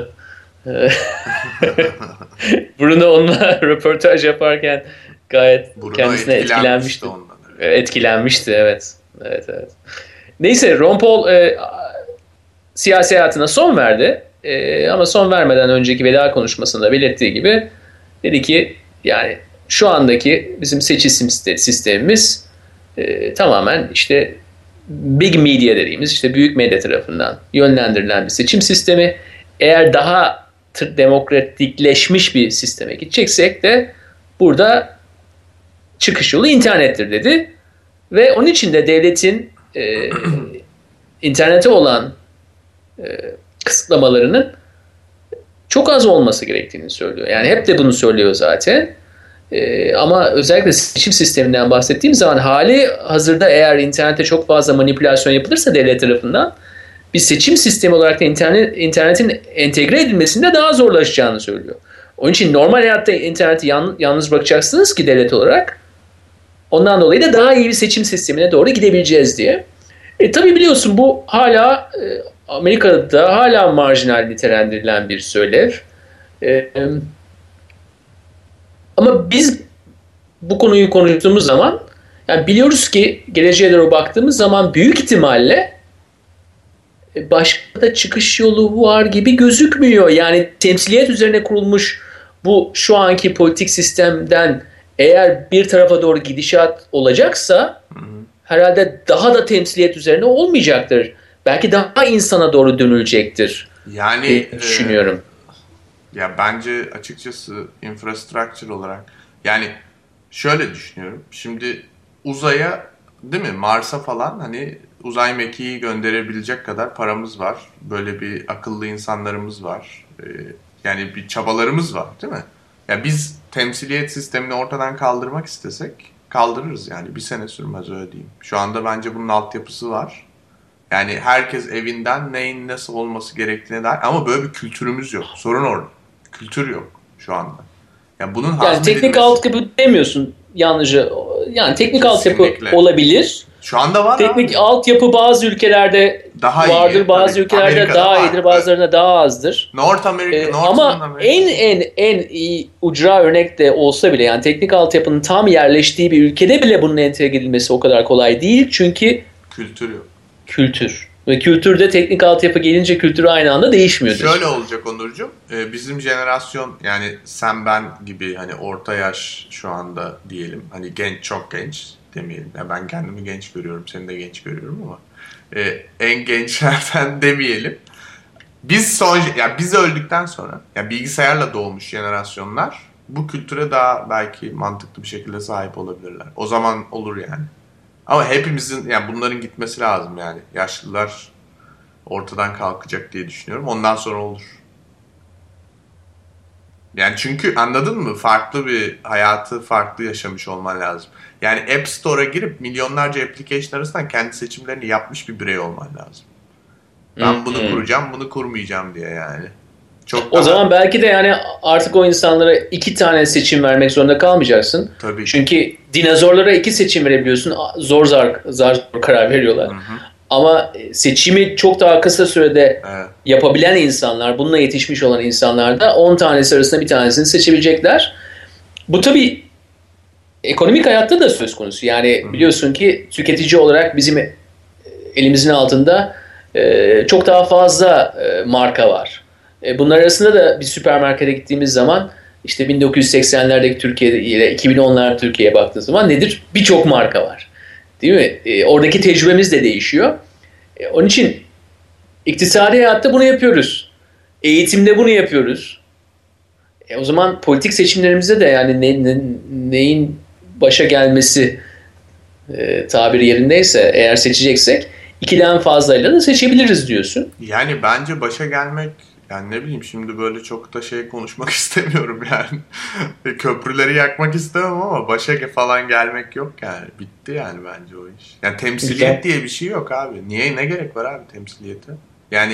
Bruno onunla röportaj yaparken gayet Bruno kendisine etkilenmişti. Ondan, evet. Etkilenmişti evet. Evet. Neyse Ron Paul siyasi hayatına son verdi. Ama son vermeden önceki veda konuşmasında belirttiği gibi dedi ki yani şu andaki bizim seçim sistemimiz tamamen işte big media dediğimiz işte büyük medya tarafından yönlendirilen bir seçim sistemi. Eğer daha demokratikleşmiş bir sisteme gideceksek de burada çıkış yolu internettir dedi. Ve onun için de devletin internete olan kısıtlamalarının çok az olması gerektiğini söylüyor. Yani hep de bunu söylüyor zaten. Ama özellikle seçim sisteminden bahsettiğim zaman hali hazırda eğer internete çok fazla manipülasyon yapılırsa devlet tarafından bir seçim sistemi olarak da internetin entegre edilmesinde daha zorlaşacağını söylüyor. Onun için normal hayatta interneti yalnız bırakacaksınız ki devlet olarak. Ondan dolayı da daha iyi bir seçim sistemine doğru gidebileceğiz diye. Tabii biliyorsun bu hala Amerika'da hala marjinal nitelendirilen bir söylev. Ama biz bu konuyu konuştuğumuz zaman yani biliyoruz ki geleceğe doğru baktığımız zaman büyük ihtimalle başka da çıkış yolu var gibi gözükmüyor. Yani temsiliyet üzerine kurulmuş bu şu anki politik sistemden eğer bir tarafa doğru gidişat olacaksa herhalde daha da temsiliyet üzerine olmayacaktır. Belki daha insana doğru dönülecektir. Yani düşünüyorum. Ya bence açıkçası infrastructure olarak yani şöyle düşünüyorum. Şimdi uzaya değil mi Mars'a falan hani uzay mekiği gönderebilecek kadar paramız var. Böyle bir akıllı insanlarımız var. Yani bir çabalarımız var değil mi? Ya biz temsiliyet sistemini ortadan kaldırmak istesek kaldırırız yani. Bir sene sürmez öyle diyeyim. Şu anda bence bunun altyapısı var. Yani herkes evinden neyin nasıl olması gerektiğine dair ama böyle bir kültürümüz yok. Sorun orada. Kültür yok şu anda. Yani bunun yani teknik altyapı demiyorsun yalnızca. Yani teknik altyapı olabilir. Şu anda var. Teknik altyapı bazı ülkelerde daha vardır, iyi, bazı ülkelerde Amerika'da daha var. iyidir, bazılarında daha azdır. North America, ama en iyi ucra örnek de olsa bile yani teknik altyapının tam yerleştiği bir ülkede bile bunun entegre edilmesi o kadar kolay değil. Çünkü kültür yok. Kültür. Ve kültürde teknik altyapı gelince kültür aynı anda değişmiyor. Şöyle olacak Onurcuğum. Bizim jenerasyon yani sen ben gibi hani orta yaş şu anda diyelim. Hani genç çok genç demeyelim. Yani ben kendimi genç görüyorum. Seni de genç görüyorum ama en gençlerden demeyelim. Biz öldükten sonra yani bilgisayarla doğmuş jenerasyonlar bu kültüre daha belki mantıklı bir şekilde sahip olabilirler. O zaman olur yani. Ama hepimizin yani bunların gitmesi lazım yani. Yaşlılar ortadan kalkacak diye düşünüyorum. Ondan sonra olur. Yani çünkü anladın mı? Farklı bir hayatı farklı yaşamış olman lazım. Yani App Store'a girip milyonlarca application arasından kendi seçimlerini yapmış bir birey olman lazım. Ben bunu kuracağım, bunu kurmayacağım diye yani. O zaman belki de yani artık o insanlara 2 tane seçim vermek zorunda kalmayacaksın. Tabii. Çünkü dinozorlara 2 seçim verebiliyorsun. Zar karar veriyorlar. Hı hı. Ama seçimi çok daha kısa sürede yapabilen insanlar, bununla yetişmiş olan insanlar da 10 tanesi arasında bir tanesini seçebilecekler. Bu tabii ekonomik hayatta da söz konusu. Yani biliyorsun ki tüketici olarak bizim elimizin altında çok daha fazla marka var. Bunlar arasında da bir süpermarkete gittiğimiz zaman işte 1980'lerdeki Türkiye ile 2010'lar Türkiye'ye baktığımız zaman nedir? Birçok marka var. Değil mi? Oradaki tecrübemiz de değişiyor. Onun için iktisadi hayatta bunu yapıyoruz. Eğitimde bunu yapıyoruz. O zaman politik seçimlerimizde de yani neyin başa gelmesi tabiri yerindeyse eğer seçeceksek 2'den fazlayla da seçebiliriz diyorsun. Yani bence başa gelmek yani ne bileyim şimdi böyle çok da konuşmak istemiyorum yani. Köprüleri yakmak istemem ama başa falan gelmek yok yani. Bitti yani bence o iş. Yani temsiliyet diye bir şey yok abi. Ne gerek var abi temsiliyete? Yani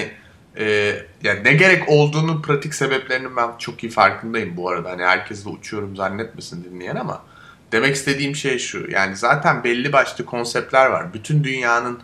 yani ne gerek olduğunu pratik sebeplerinin ben çok iyi farkındayım bu arada. Hani herkesle uçuyorum zannetmesin dinleyen ama demek istediğim şey şu. Yani zaten belli başlı konseptler var. Bütün dünyanın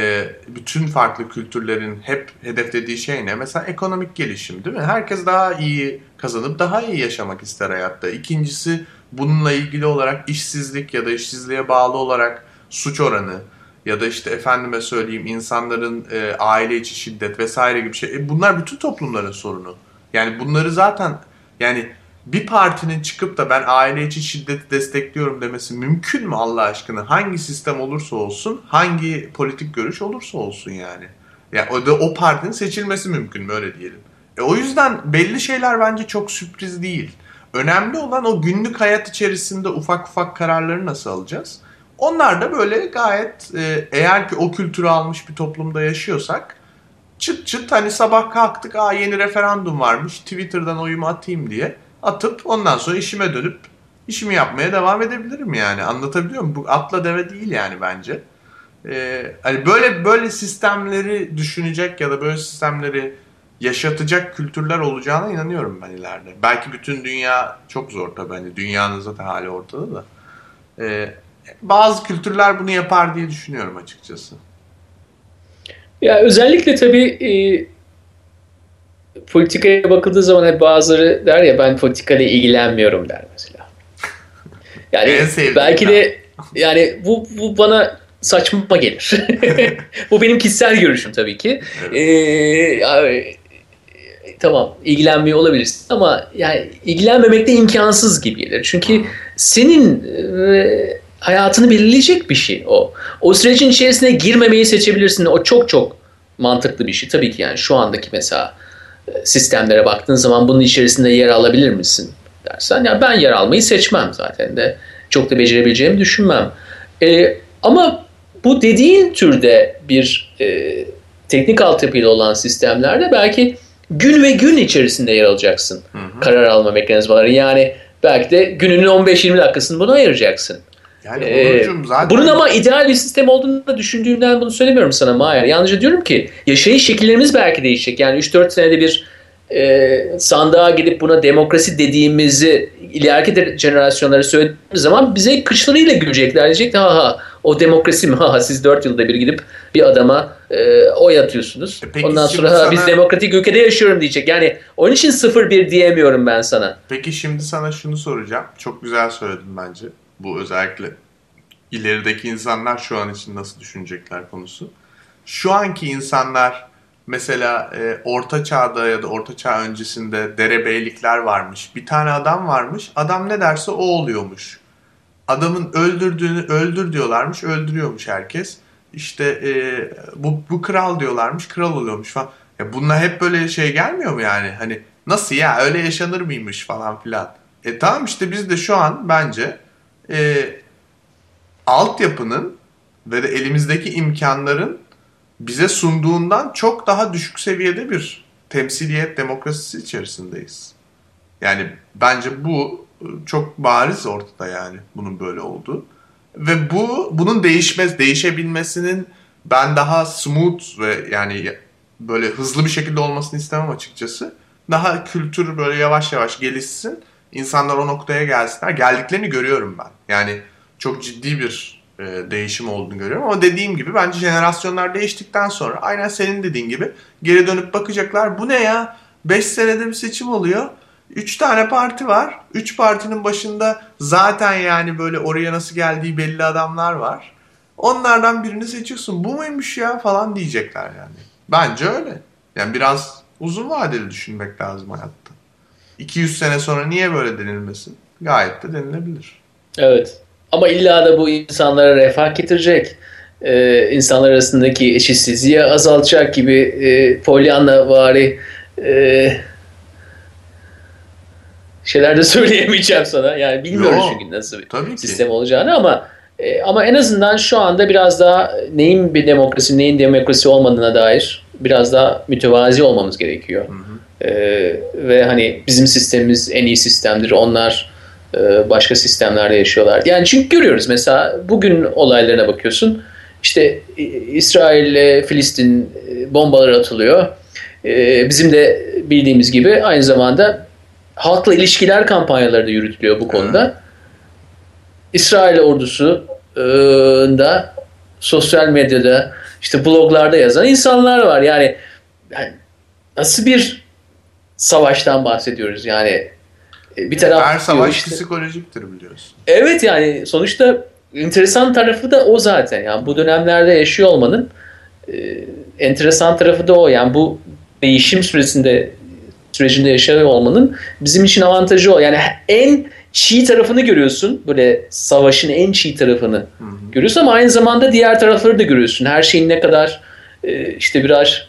bütün farklı kültürlerin hep hedeflediği şey ne? Mesela ekonomik gelişim değil mi? Herkes daha iyi kazanıp daha iyi yaşamak ister hayatta. İkincisi bununla ilgili olarak işsizlik ya da işsizliğe bağlı olarak suç oranı ya da işte efendime söyleyeyim insanların aile içi şiddet vesaire gibi şey. Bunlar bütün toplumların sorunu. Yani bunları zaten yani bir partinin çıkıp da ben aile içi şiddeti destekliyorum demesi mümkün mü Allah aşkına? Hangi sistem olursa olsun, hangi politik görüş olursa olsun yani. Ya o partinin seçilmesi mümkün mü, öyle diyelim. O yüzden belli şeyler bence çok sürpriz değil. Önemli olan o günlük hayat içerisinde ufak ufak kararları nasıl alacağız? Onlar da böyle gayet eğer ki o kültürü almış bir toplumda yaşıyorsak çıt çıt hani sabah kalktık yeni referandum varmış Twitter'dan oyumu atayım diye atıp ondan sonra işime dönüp işimi yapmaya devam edebilirim yani. Anlatabiliyor muyum? Bu atla deve değil yani bence. Hani böyle sistemleri düşünecek ya da böyle sistemleri yaşatacak kültürler olacağına inanıyorum ben ileride. Belki bütün dünya çok zor tabii, hani dünyanın zaten hali ortada da. Bazı kültürler bunu yapar diye düşünüyorum açıkçası. Ya özellikle tabii politikaya bakıldığı zaman hep bazıları der ya, ben politikayla ilgilenmiyorum der mesela. Yani belki de yani bu bana saçma gelir. Bu benim kişisel görüşüm tabii ki. Evet. Tamam, ilgilenmiyor olabilirsin ama yani ilgilenmemek de imkansız gibi gelir. Çünkü senin hayatını belirleyecek bir şey o. O sürecin içerisine girmemeyi seçebilirsin. O çok çok mantıklı bir şey. Tabii ki yani şu andaki mesela sistemlere baktığın zaman bunun içerisinde yer alabilir misin dersen, ya ben yer almayı seçmem zaten de. Çok da becerebileceğimi düşünmem. Ama bu dediğin türde bir teknik altyapıyla olan sistemlerde belki gün ve gün içerisinde yer alacaksın. Karar alma mekanizmaları. Yani belki de gününün 15-20 dakikasını buna ayıracaksın. Yani zaten... Bunun ama ideal bir sistem olduğunu da düşündüğümden bunu söylemiyorum sana Mahir. Yalnızca diyorum ki yaşayış şekillerimiz belki değişecek. Yani 3-4 senede bir sandığa gidip buna demokrasi dediğimizi ileriki jenerasyonlara söylediğimiz zaman bize kışlarıyla gülecekler. Diyecekler ha o demokrasi mi? Ha siz 4 yılda bir gidip bir adama oy atıyorsunuz. Ondan sonra biz demokratik ülkede yaşıyorum diyecek. Yani onun için 0-1 diyemiyorum ben sana. Peki şimdi sana şunu soracağım. Çok güzel söyledin bence. Bu özellikle ilerideki insanlar şu an için nasıl düşünecekler konusu. Şu anki insanlar mesela orta çağda ya da orta çağ öncesinde derebeylikler varmış. Bir tane adam varmış. Adam ne derse o oluyormuş. Adamın öldürdüğünü öldür diyorlarmış. Öldürüyormuş herkes. İşte bu kral diyorlarmış. Kral oluyormuş falan. Ya bunlar hep böyle şey gelmiyor mu yani? Hani nasıl ya, öyle yaşanır mıymış falan filan. Tamam işte biz de şu an bence altyapının ve de elimizdeki imkanların bize sunduğundan çok daha düşük seviyede bir temsiliyet demokrasisi içerisindeyiz. Yani bence bu çok bariz ortada yani bunun böyle olduğu. Ve bunun değişebilmesinin ben daha smooth ve yani böyle hızlı bir şekilde olmasını istemem açıkçası. Daha kültür böyle yavaş yavaş gelişsin. İnsanlar o noktaya gelsinler. Geldiklerini görüyorum ben. Yani çok ciddi bir değişim olduğunu görüyorum. Ama dediğim gibi bence jenerasyonlar değiştikten sonra aynen senin dediğin gibi geri dönüp bakacaklar. Bu ne ya? 5 senede bir seçim oluyor. 3 tane parti var. 3 partinin başında zaten yani böyle oraya nasıl geldiği belli adamlar var. Onlardan birini seçiyorsun. Bu muymuş ya falan diyecekler yani. Bence öyle. Yani biraz uzun vadeli düşünmek lazım hayatta. 200 sene sonra niye böyle denilmesin? Gayet de denilebilir. Evet. Ama illa da bu insanlara refah getirecek, insanlar arasındaki eşitsizliği azaltacak gibi Pollyannavari şeyler de söyleyemeyeceğim sana. Yani bilmiyoruz çünkü nasıl bir sistem olacağını ama en azından şu anda biraz daha neyin bir demokrasi, neyin demokrasi olmadığına dair biraz daha mütevazi olmamız gerekiyor. Hı hı. Ve hani bizim sistemimiz en iyi sistemdir. Onlar başka sistemlerde yaşıyorlar. Yani çünkü görüyoruz mesela bugün olaylarına bakıyorsun. İşte İsrail, Filistin bombalar atılıyor. Bizim de bildiğimiz gibi aynı zamanda halkla ilişkiler kampanyaları da yürütülüyor bu konuda. İsrail ordusu da sosyal medyada işte bloglarda yazan insanlar var. Yani nasıl bir savaştan bahsediyoruz yani. Bir taraf her savaş psikolojiktir biliyorsun. Evet yani sonuçta enteresan tarafı da o zaten. Yani bu dönemlerde yaşıyor olmanın enteresan tarafı da o. Yani bu değişim sürecinde sürecinde yaşıyor olmanın bizim için avantajı o. Yani en çiğ tarafını görüyorsun. Böyle savaşın en çiğ tarafını görüyorsun ama aynı zamanda diğer tarafları da görüyorsun. Her şeyin ne kadar işte biraz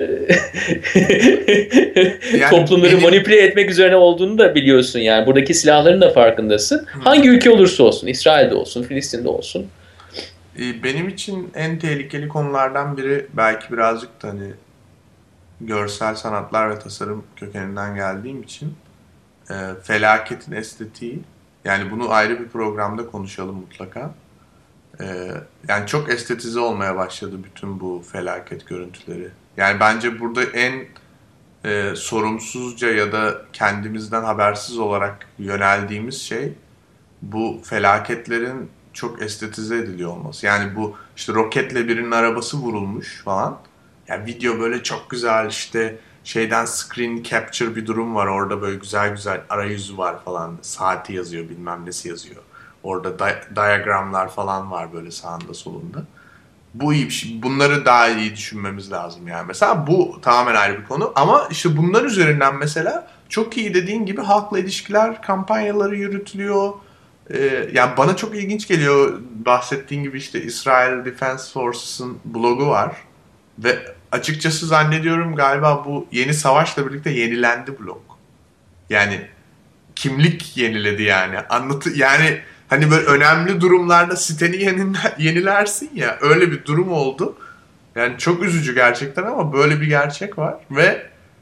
yani toplumları manipüle etmek üzerine olduğunu da biliyorsun. Yani buradaki silahların da farkındasın. Hangi ülke olursa olsun, İsrail'de olsun, Filistin'de olsun. Benim için en tehlikeli konulardan biri belki birazcık da hani görsel sanatlar ve tasarım kökeninden geldiğim için felaketin estetiği. Yani bunu ayrı bir programda konuşalım mutlaka. Yani çok estetize olmaya başladı bütün bu felaket görüntüleri. Yani bence burada en sorumsuzca ya da kendimizden habersiz olarak yöneldiğimiz şey bu felaketlerin çok estetize ediliyor olması. Yani bu işte roketle birinin arabası vurulmuş falan. Yani video böyle çok güzel işte şeyden screen capture bir durum var. Orada böyle güzel güzel arayüzü var falan. Saati yazıyor, bilmem nesi yazıyor. Orada diagramlar falan var böyle sağında solunda. Bu iyi bir şey. Bunları daha iyi düşünmemiz lazım yani. Mesela bu tamamen ayrı bir konu. Ama işte bunlar üzerinden mesela çok iyi dediğin gibi halkla ilişkiler kampanyaları yürütülüyor. Yani bana çok ilginç geliyor. Bahsettiğin gibi işte Israel Defense Forces'ın blogu var. Ve açıkçası zannediyorum galiba bu yeni savaşla birlikte yenilendi blog. Yani kimlik yeniledi yani. Yani hani böyle önemli durumlarda siteni yenilersin ya. Öyle bir durum oldu. Yani çok üzücü gerçekten ama böyle bir gerçek var. Ve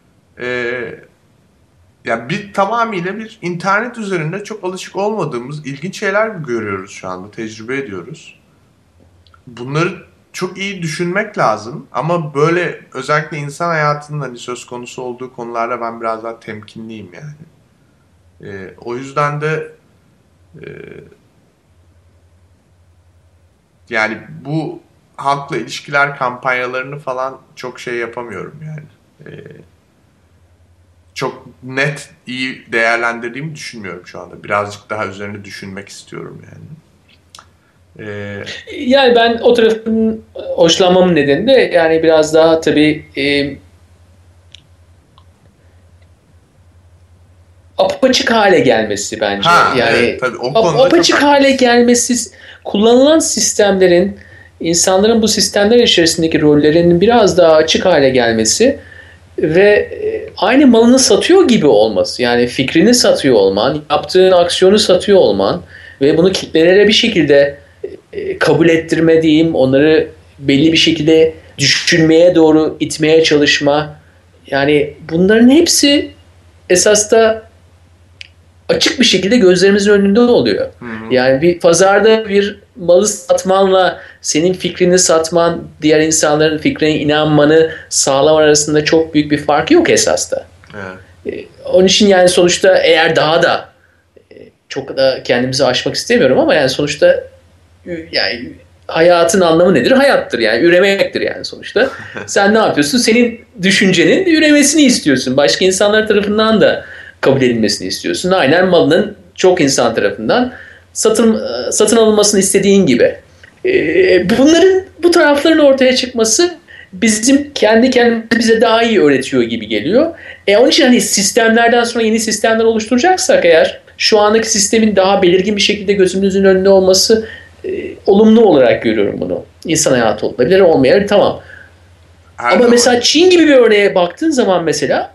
yani bir tamamıyla bir internet üzerinde çok alışık olmadığımız ilginç şeyler görüyoruz şu anda. Tecrübe ediyoruz. Bunları çok iyi düşünmek lazım. Ama böyle özellikle insan hayatının hani söz konusu olduğu konularda ben biraz daha temkinliyim yani. O yüzden de yani bu halkla ilişkiler kampanyalarını falan çok şey yapamıyorum yani. Çok net iyi değerlendirdiğimi düşünmüyorum şu anda. Birazcık daha üzerine düşünmek istiyorum yani. Yani ben o tarafın hoşlanmamın nedeni de yani biraz daha tabii apaçık hale gelmesi bence. Yani evet, tabii, o konuda apaçık hale gelmesi, kullanılan sistemlerin, insanların bu sistemler içerisindeki rollerinin biraz daha açık hale gelmesi ve aynı malını satıyor gibi olması. Yani fikrini satıyor olman, yaptığın aksiyonu satıyor olman ve bunu kitlelere bir şekilde kabul ettirme diyeyim, onları belli bir şekilde düşünmeye doğru itmeye çalışma. Yani bunların hepsi esas da açık bir şekilde gözlerimizin önünde oluyor. Yani bir pazarda bir malı satmanla senin fikrini satman, diğer insanların fikrine inanmanı sağlaman arasında çok büyük bir fark yok esas da. Onun için yani sonuçta eğer daha da çok da kendimizi aşmak istemiyorum ama yani sonuçta yani hayatın anlamı nedir? Hayattır yani. Üremektir yani sonuçta. Sen ne yapıyorsun? Senin düşüncenin üremesini istiyorsun. Başka insanlar tarafından da kabul edilmesini istiyorsun. Aynen malının çok insan tarafından satın alınmasını istediğin gibi. Bunların bu tarafların ortaya çıkması bizim kendi kendimize bize daha iyi öğretiyor gibi geliyor. Onun için hani sistemlerden sonra yeni sistemler oluşturacaksak eğer şu andaki sistemin daha belirgin bir şekilde gözümüzün önünde olması olumlu olarak görüyorum bunu. İnsan hayatı olabilir, olmayabilir, tamam. Ama mesela Çin gibi bir örneğe baktığın zaman mesela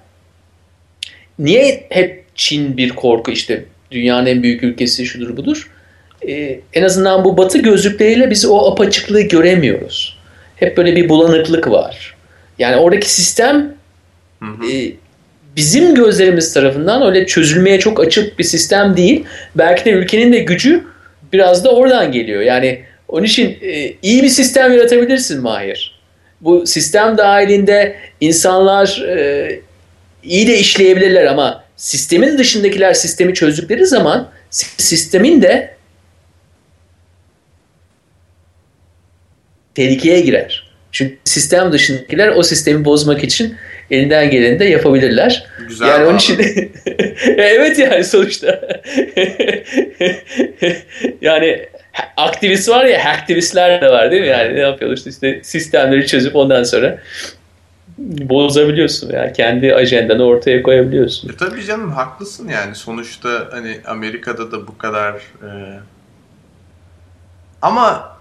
niye hep Çin bir korku, işte dünyanın en büyük ülkesi şudur budur. En azından bu batı gözlükleriyle biz o apaçıklığı göremiyoruz. Hep böyle bir bulanıklık var. Yani oradaki sistem bizim gözlerimiz tarafından öyle çözülmeye çok açık bir sistem değil. Belki de ülkenin de gücü biraz da oradan geliyor. Yani onun için iyi bir sistem yaratabilirsin Mahir. Bu sistem dahilinde insanlar iyi de işleyebilirler ama sistemin dışındakiler sistemi çözdükleri zaman sistemin de tehlikeye girer. Çünkü sistem dışındakiler o sistemi bozmak için elinden geleni de yapabilirler. Güzel yani onun için evet yani sonuçta yani aktivist var ya, hacktivistler de var değil mi? Yani ne yapıyorlar işte sistemleri çözüp ondan sonra bozabiliyorsun. Yani kendi ajandanı ortaya koyabiliyorsun. Tabii canım, haklısın yani. Sonuçta hani Amerika'da da bu kadar ama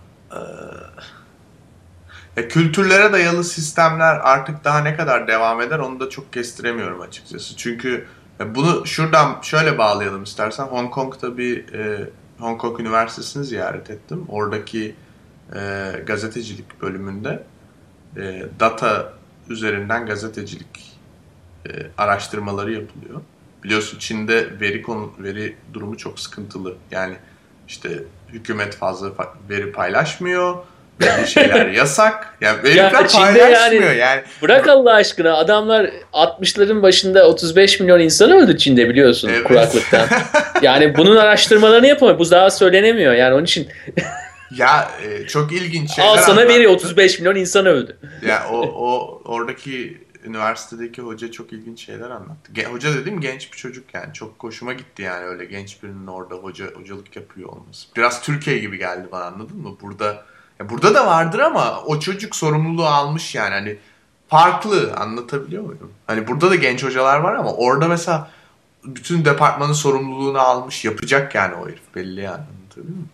kültürlere dayalı sistemler artık daha ne kadar devam eder onu da çok kestiremiyorum açıkçası. Çünkü bunu şuradan şöyle bağlayalım istersen. Hong Kong Üniversitesi'ni ziyaret ettim. Oradaki gazetecilik bölümünde data üzerinden gazetecilik araştırmaları yapılıyor. Biliyorsun Çin'de veri durumu çok sıkıntılı. Yani işte hükümet fazla veri paylaşmıyor. Belli şeyler yasak. Yani veriler paylaşmıyor yani. Bırak Allah aşkına, adamlar 60'ların başında 35 milyon insan öldü Çin'de, biliyorsun, evet. Kuraklıktan. Yani bunun araştırmalarını yapamıyor. Bu daha söylenemiyor yani, onun için. Ya çok ilginç şeyler. Al sana veri, 35 milyon insan öldü. Ya oradaki üniversitedeki hoca çok ilginç şeyler anlattı. Hoca dediğim genç bir çocuk yani. Çok hoşuma gitti yani, öyle genç birinin orada hocalık yapıyor olması. Biraz Türkiye gibi geldi bana, anladın mı? Burada da vardır ama o çocuk sorumluluğu almış yani, hani farklı, anlatabiliyor muyum? Hani burada da genç hocalar var ama orada mesela bütün departmanın sorumluluğunu almış, yapacak yani o herif, belli yani, anlatabiliyor muyum?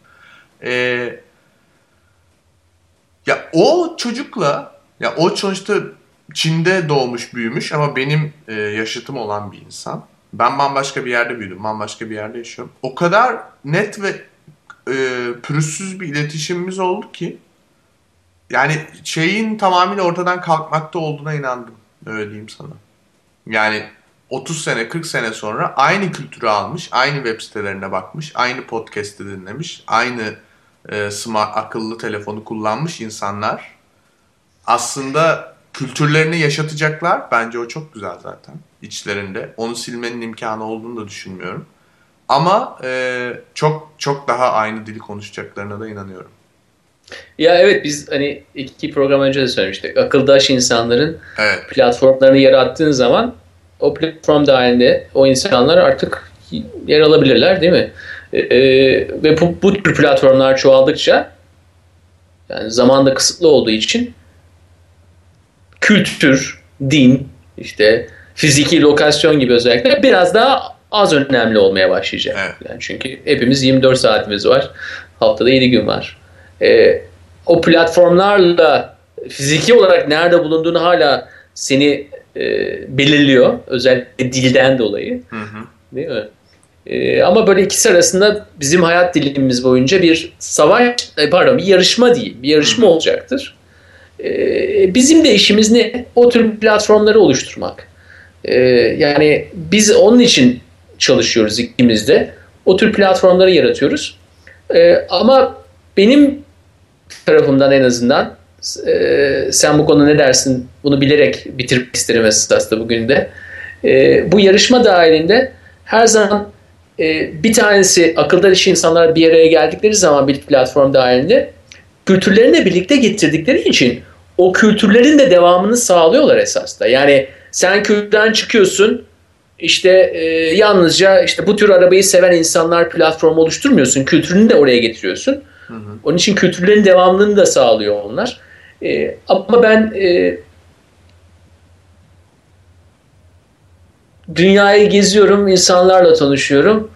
Ya o çocukla, ya o sonuçta Çin'de doğmuş büyümüş ama benim yaşıtım olan bir insan. Ben bambaşka bir yerde büyüdüm, bambaşka bir yerde yaşıyorum. O kadar net ve pürüzsüz bir iletişimimiz oldu ki yani şeyin tamamıyla ortadan kalkmakta olduğuna inandım. Öyle diyeyim sana. Yani 30 sene 40 sene sonra aynı kültürü almış, aynı web sitelerine bakmış, aynı podcast'i dinlemiş, aynı smart akıllı telefonu kullanmış insanlar aslında kültürlerini yaşatacaklar. Bence o çok güzel zaten içlerinde. Onu silmenin imkanı olduğunu da düşünmüyorum. Ama çok çok daha aynı dili konuşacaklarına da inanıyorum. Ya evet, biz hani 2 program önce de söylemiştik. Akıldaş insanların platformlarını yarattığın zaman o platform dahilinde o insanlar artık yer alabilirler, değil mi? Ve bu tür platformlar çoğaldıkça, yani zaman da kısıtlı olduğu için, kültür, din, işte fiziki lokasyon gibi özellikle biraz daha az önemli olmaya başlayacak. Evet. Yani çünkü hepimiz 24 saatimiz var. Haftada 7 gün var. O platformlarla fiziki olarak nerede bulunduğunu hala seni belirliyor. Özellikle dilden dolayı. Hı hı. Değil mi? Ama böyle ikisi arasında bizim hayat dilimimiz boyunca bir bir yarışma değil. Bir yarışma olacaktır. Bizim de işimiz ne? O tür platformları oluşturmak. Yani biz onun için çalışıyoruz ikimiz de. O tür platformları yaratıyoruz. Ama benim tarafımdan en azından, sen bu konuda ne dersin? Bunu bilerek bitirmek isterim esasında bugün de. Bu yarışma dahilinde her zaman bir tanesi, akılda dışı insanlar bir araya geldikleri zaman bir platform dahilinde kültürlerini de birlikte getirdikleri için o kültürlerin de devamını sağlıyorlar esasında. Yani sen kültürden çıkıyorsun, işte yalnızca işte bu tür arabayı seven insanlar platformu oluşturmuyorsun. Kültürünü de oraya getiriyorsun. Hı hı. Onun için kültürlerin devamlılığını da sağlıyor onlar. Ama ben dünyayı geziyorum, insanlarla tanışıyorum.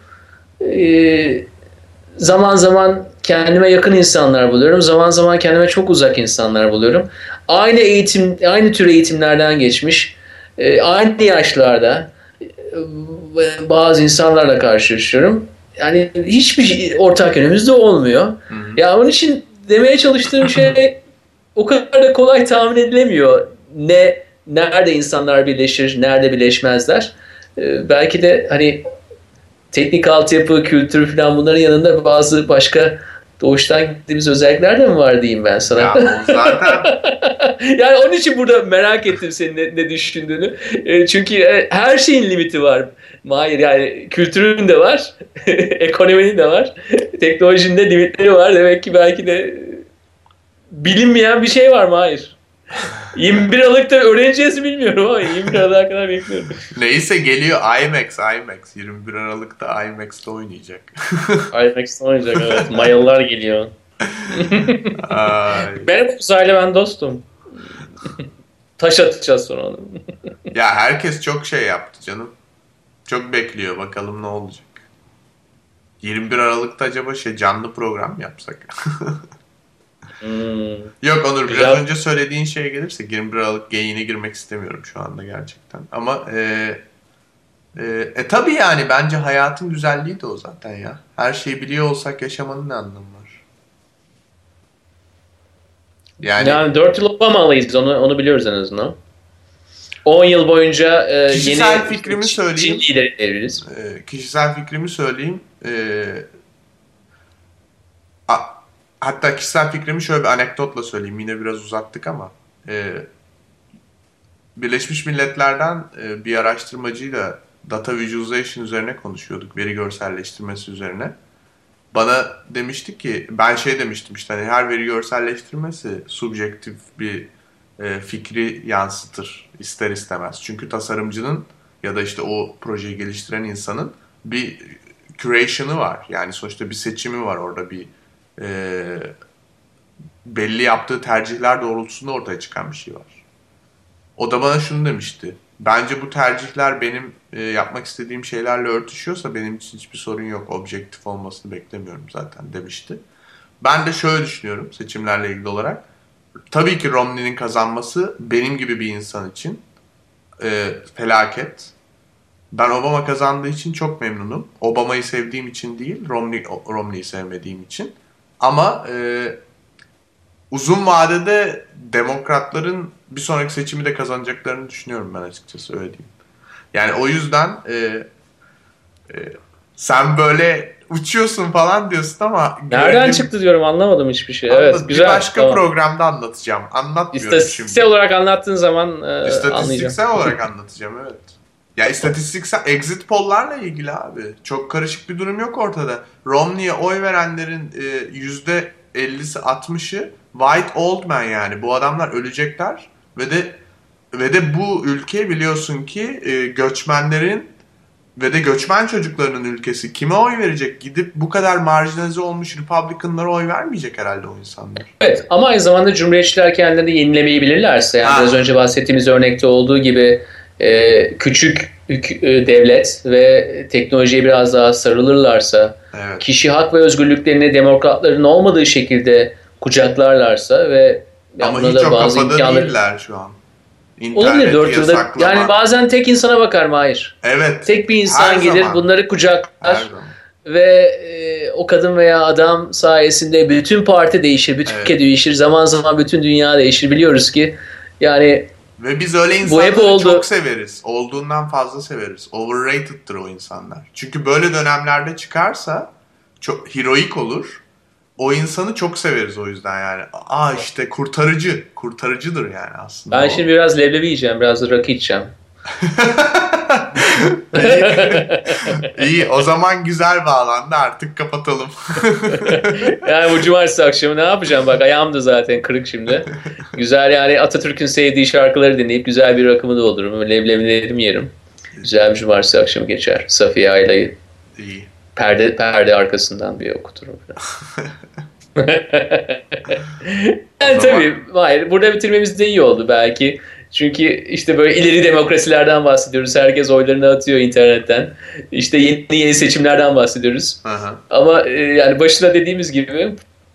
Zaman zaman kendime yakın insanlar buluyorum. Zaman zaman kendime çok uzak insanlar buluyorum. Aynı tür eğitimlerden geçmiş, aynı yaşlarda bazı insanlarla karşılaşıyorum. Yani hiçbir ortak yönümüz de olmuyor. Hı hı. Ya onun için demeye çalıştığım şey o kadar da kolay tahmin edilemiyor. Nerede insanlar birleşir, nerede birleşmezler. Belki de hani teknik altyapı, kültür falan, bunların yanında bazı başka doğuştan gittiğimiz özellikler de mi var diyeyim ben sana. Ya o zaten... Yani onun için burada merak ettim senin ne düşündüğünü. Çünkü her şeyin limiti var. Hayır, yani kültürün de var, ekonominin de var, teknolojinin de limitleri var. Demek ki belki de bilinmeyen bir şey var mı? Hayır. 21 Aralık'ta öğreneceğiz bilmiyorum ama 21 Aralık'a kadar bekliyorum. Neyse, geliyor IMAX. 21 Aralık'ta IMAX'te oynayacak. IMAX'te oynayacak, evet. Mayalılar geliyor. Benim uzaylı, ben dostum. Taş atacağız sonra onu. Ya herkes çok şey yaptı canım. Çok bekliyor, bakalım ne olacak. 21 Aralık'ta acaba canlı program mı yapsak? Yok Onur, biraz Güzel. önce söylediğin şeye gelirse 21 Aralık geyiğine girmek istemiyorum şu anda gerçekten. Ama tabii yani bence hayatın güzelliği de o zaten ya. Her şeyi biliyor olsak yaşamanın ne anlamı var? Yani Yani 4 yıl okumamalıyız, onu biliyoruz en azından. 10 yıl boyunca kişisel yeni fikrimi Çin söyleyeyim. lideri veririz. Kişisel fikrimi söyleyeyim. A- Hatta kişisel fikrimi şöyle bir anekdotla söyleyeyim. Yine biraz uzattık ama. Birleşmiş Milletler'den bir araştırmacıyla data visualization üzerine konuşuyorduk. Veri görselleştirmesi üzerine. Bana demişti ki, ben demiştim işte hani her veri görselleştirmesi subjektif bir fikri yansıtır ister istemez. Çünkü tasarımcının ya da işte o projeyi geliştiren insanın bir curation'ı var. Yani sonuçta bir seçimi var orada, bir belli yaptığı tercihler doğrultusunda ortaya çıkan bir şey var. O da bana şunu demişti. Bence bu tercihler benim yapmak istediğim şeylerle örtüşüyorsa benim için hiçbir sorun yok. Objektif olmasını beklemiyorum zaten demişti. Ben de şöyle düşünüyorum seçimlerle ilgili olarak. Tabii ki Romney'nin kazanması benim gibi bir insan için felaket. Ben Obama kazandığı için çok memnunum. Obama'yı sevdiğim için değil, Romney'i sevmediğim için. Ama uzun vadede demokratların bir sonraki seçimi de kazanacaklarını düşünüyorum ben, açıkçası öyle diyeyim. Yani o yüzden sen böyle uçuyorsun falan diyorsun ama Nereden çıktı diyorum, anlamadım hiçbir şey. Evet, güzel. Bir başka tamam. programda anlatacağım. Anlatmıyorum İstatistiksel şimdi. olarak anlattığın zaman anlayacağım. İstatistiksel olarak anlatacağım, evet. Ya istatistiksel exit poll'larla ilgili abi. Çok karışık bir durum yok ortada. Romney'e oy verenlerin %50'si 60'ı white old man yani. Bu adamlar ölecekler ve de bu ülke biliyorsun ki göçmenlerin ve de göçmen çocuklarının ülkesi. Kime oy verecek? Gidip bu kadar marjinalize olmuş Republican'lara oy vermeyecek herhalde o insanlar. Evet, ama aynı zamanda Cumhuriyetçiler kendilerini yenilemeyi bilirlerse, yani biraz önce bahsettiğimiz örnekte olduğu gibi küçük devlet ve teknolojiye biraz daha sarılırlarsa, Evet. kişi hak ve özgürlüklerini demokratların olmadığı şekilde kucaklarlarsa ve Ama buna hiç da o bazı kafada imkanları... değiller şu an. Olabilir 4 yılda. yasaklama. Yani bazen tek insana bakar Mahir. Evet. Tek bir Her insan gelir, zaman. bunları Her kucaklar zaman. ve o kadın veya adam sayesinde bütün parti değişir, bütün Evet. ülke değişir, zaman zaman bütün dünya değişir. Biliyoruz ki yani Ve biz öyle bu hep insanları oldu. çok severiz. Olduğundan fazla severiz. Overrated'tır o insanlar. Çünkü böyle dönemlerde çıkarsa çok heroik olur. O insanı çok severiz o yüzden yani. İşte kurtarıcı. Kurtarıcıdır yani aslında. Ben o. şimdi biraz leblebi yiyeceğim, biraz da rakı içeceğim. İyi, o zaman güzel bağlandı, artık kapatalım. Yani bu cumartesi akşamı ne yapacağım? Bak ayağım da zaten kırık şimdi. Güzel, yani Atatürk'ün sevdiği şarkıları dinleyip güzel bir rakımı doldururum. Leblebilerimi yerim. Güzel bir cumartesi akşamı geçer. Safiye Ayla'yı İyi. perde arkasından bir okuturum. Yani O zaman- tabii, hayır, burada bitirmemiz de iyi oldu belki. Çünkü işte böyle ileri demokrasilerden bahsediyoruz. Herkes oylarını atıyor internetten. İşte yeni seçimlerden bahsediyoruz. Hı hı. Ama yani başında dediğimiz gibi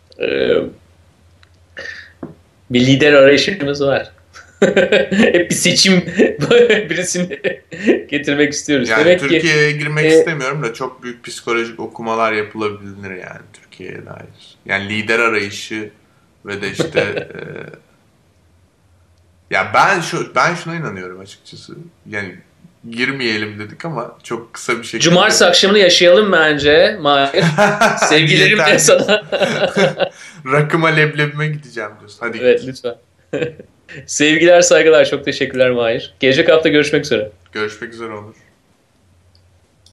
bir lider arayışımız var. Hep bir seçim birisini getirmek istiyoruz. Yani Demek ki Türkiye'ye girmek istemiyorum da çok büyük psikolojik okumalar yapılabilir yani Türkiye'ye dair. Yani lider arayışı ve de işte ya ben şuna inanıyorum açıkçası. Yani girmeyelim dedik ama çok kısa bir şekilde. cumartesi akşamını yaşayalım bence Mahir. Sevgilerim Yeter. de sana. Rakıma leblebime gideceğim diyorsun. Hadi Evet, git. lütfen. Sevgiler, saygılar. Çok teşekkürler Mahir. Gelecek hafta görüşmek üzere. Görüşmek üzere Onur.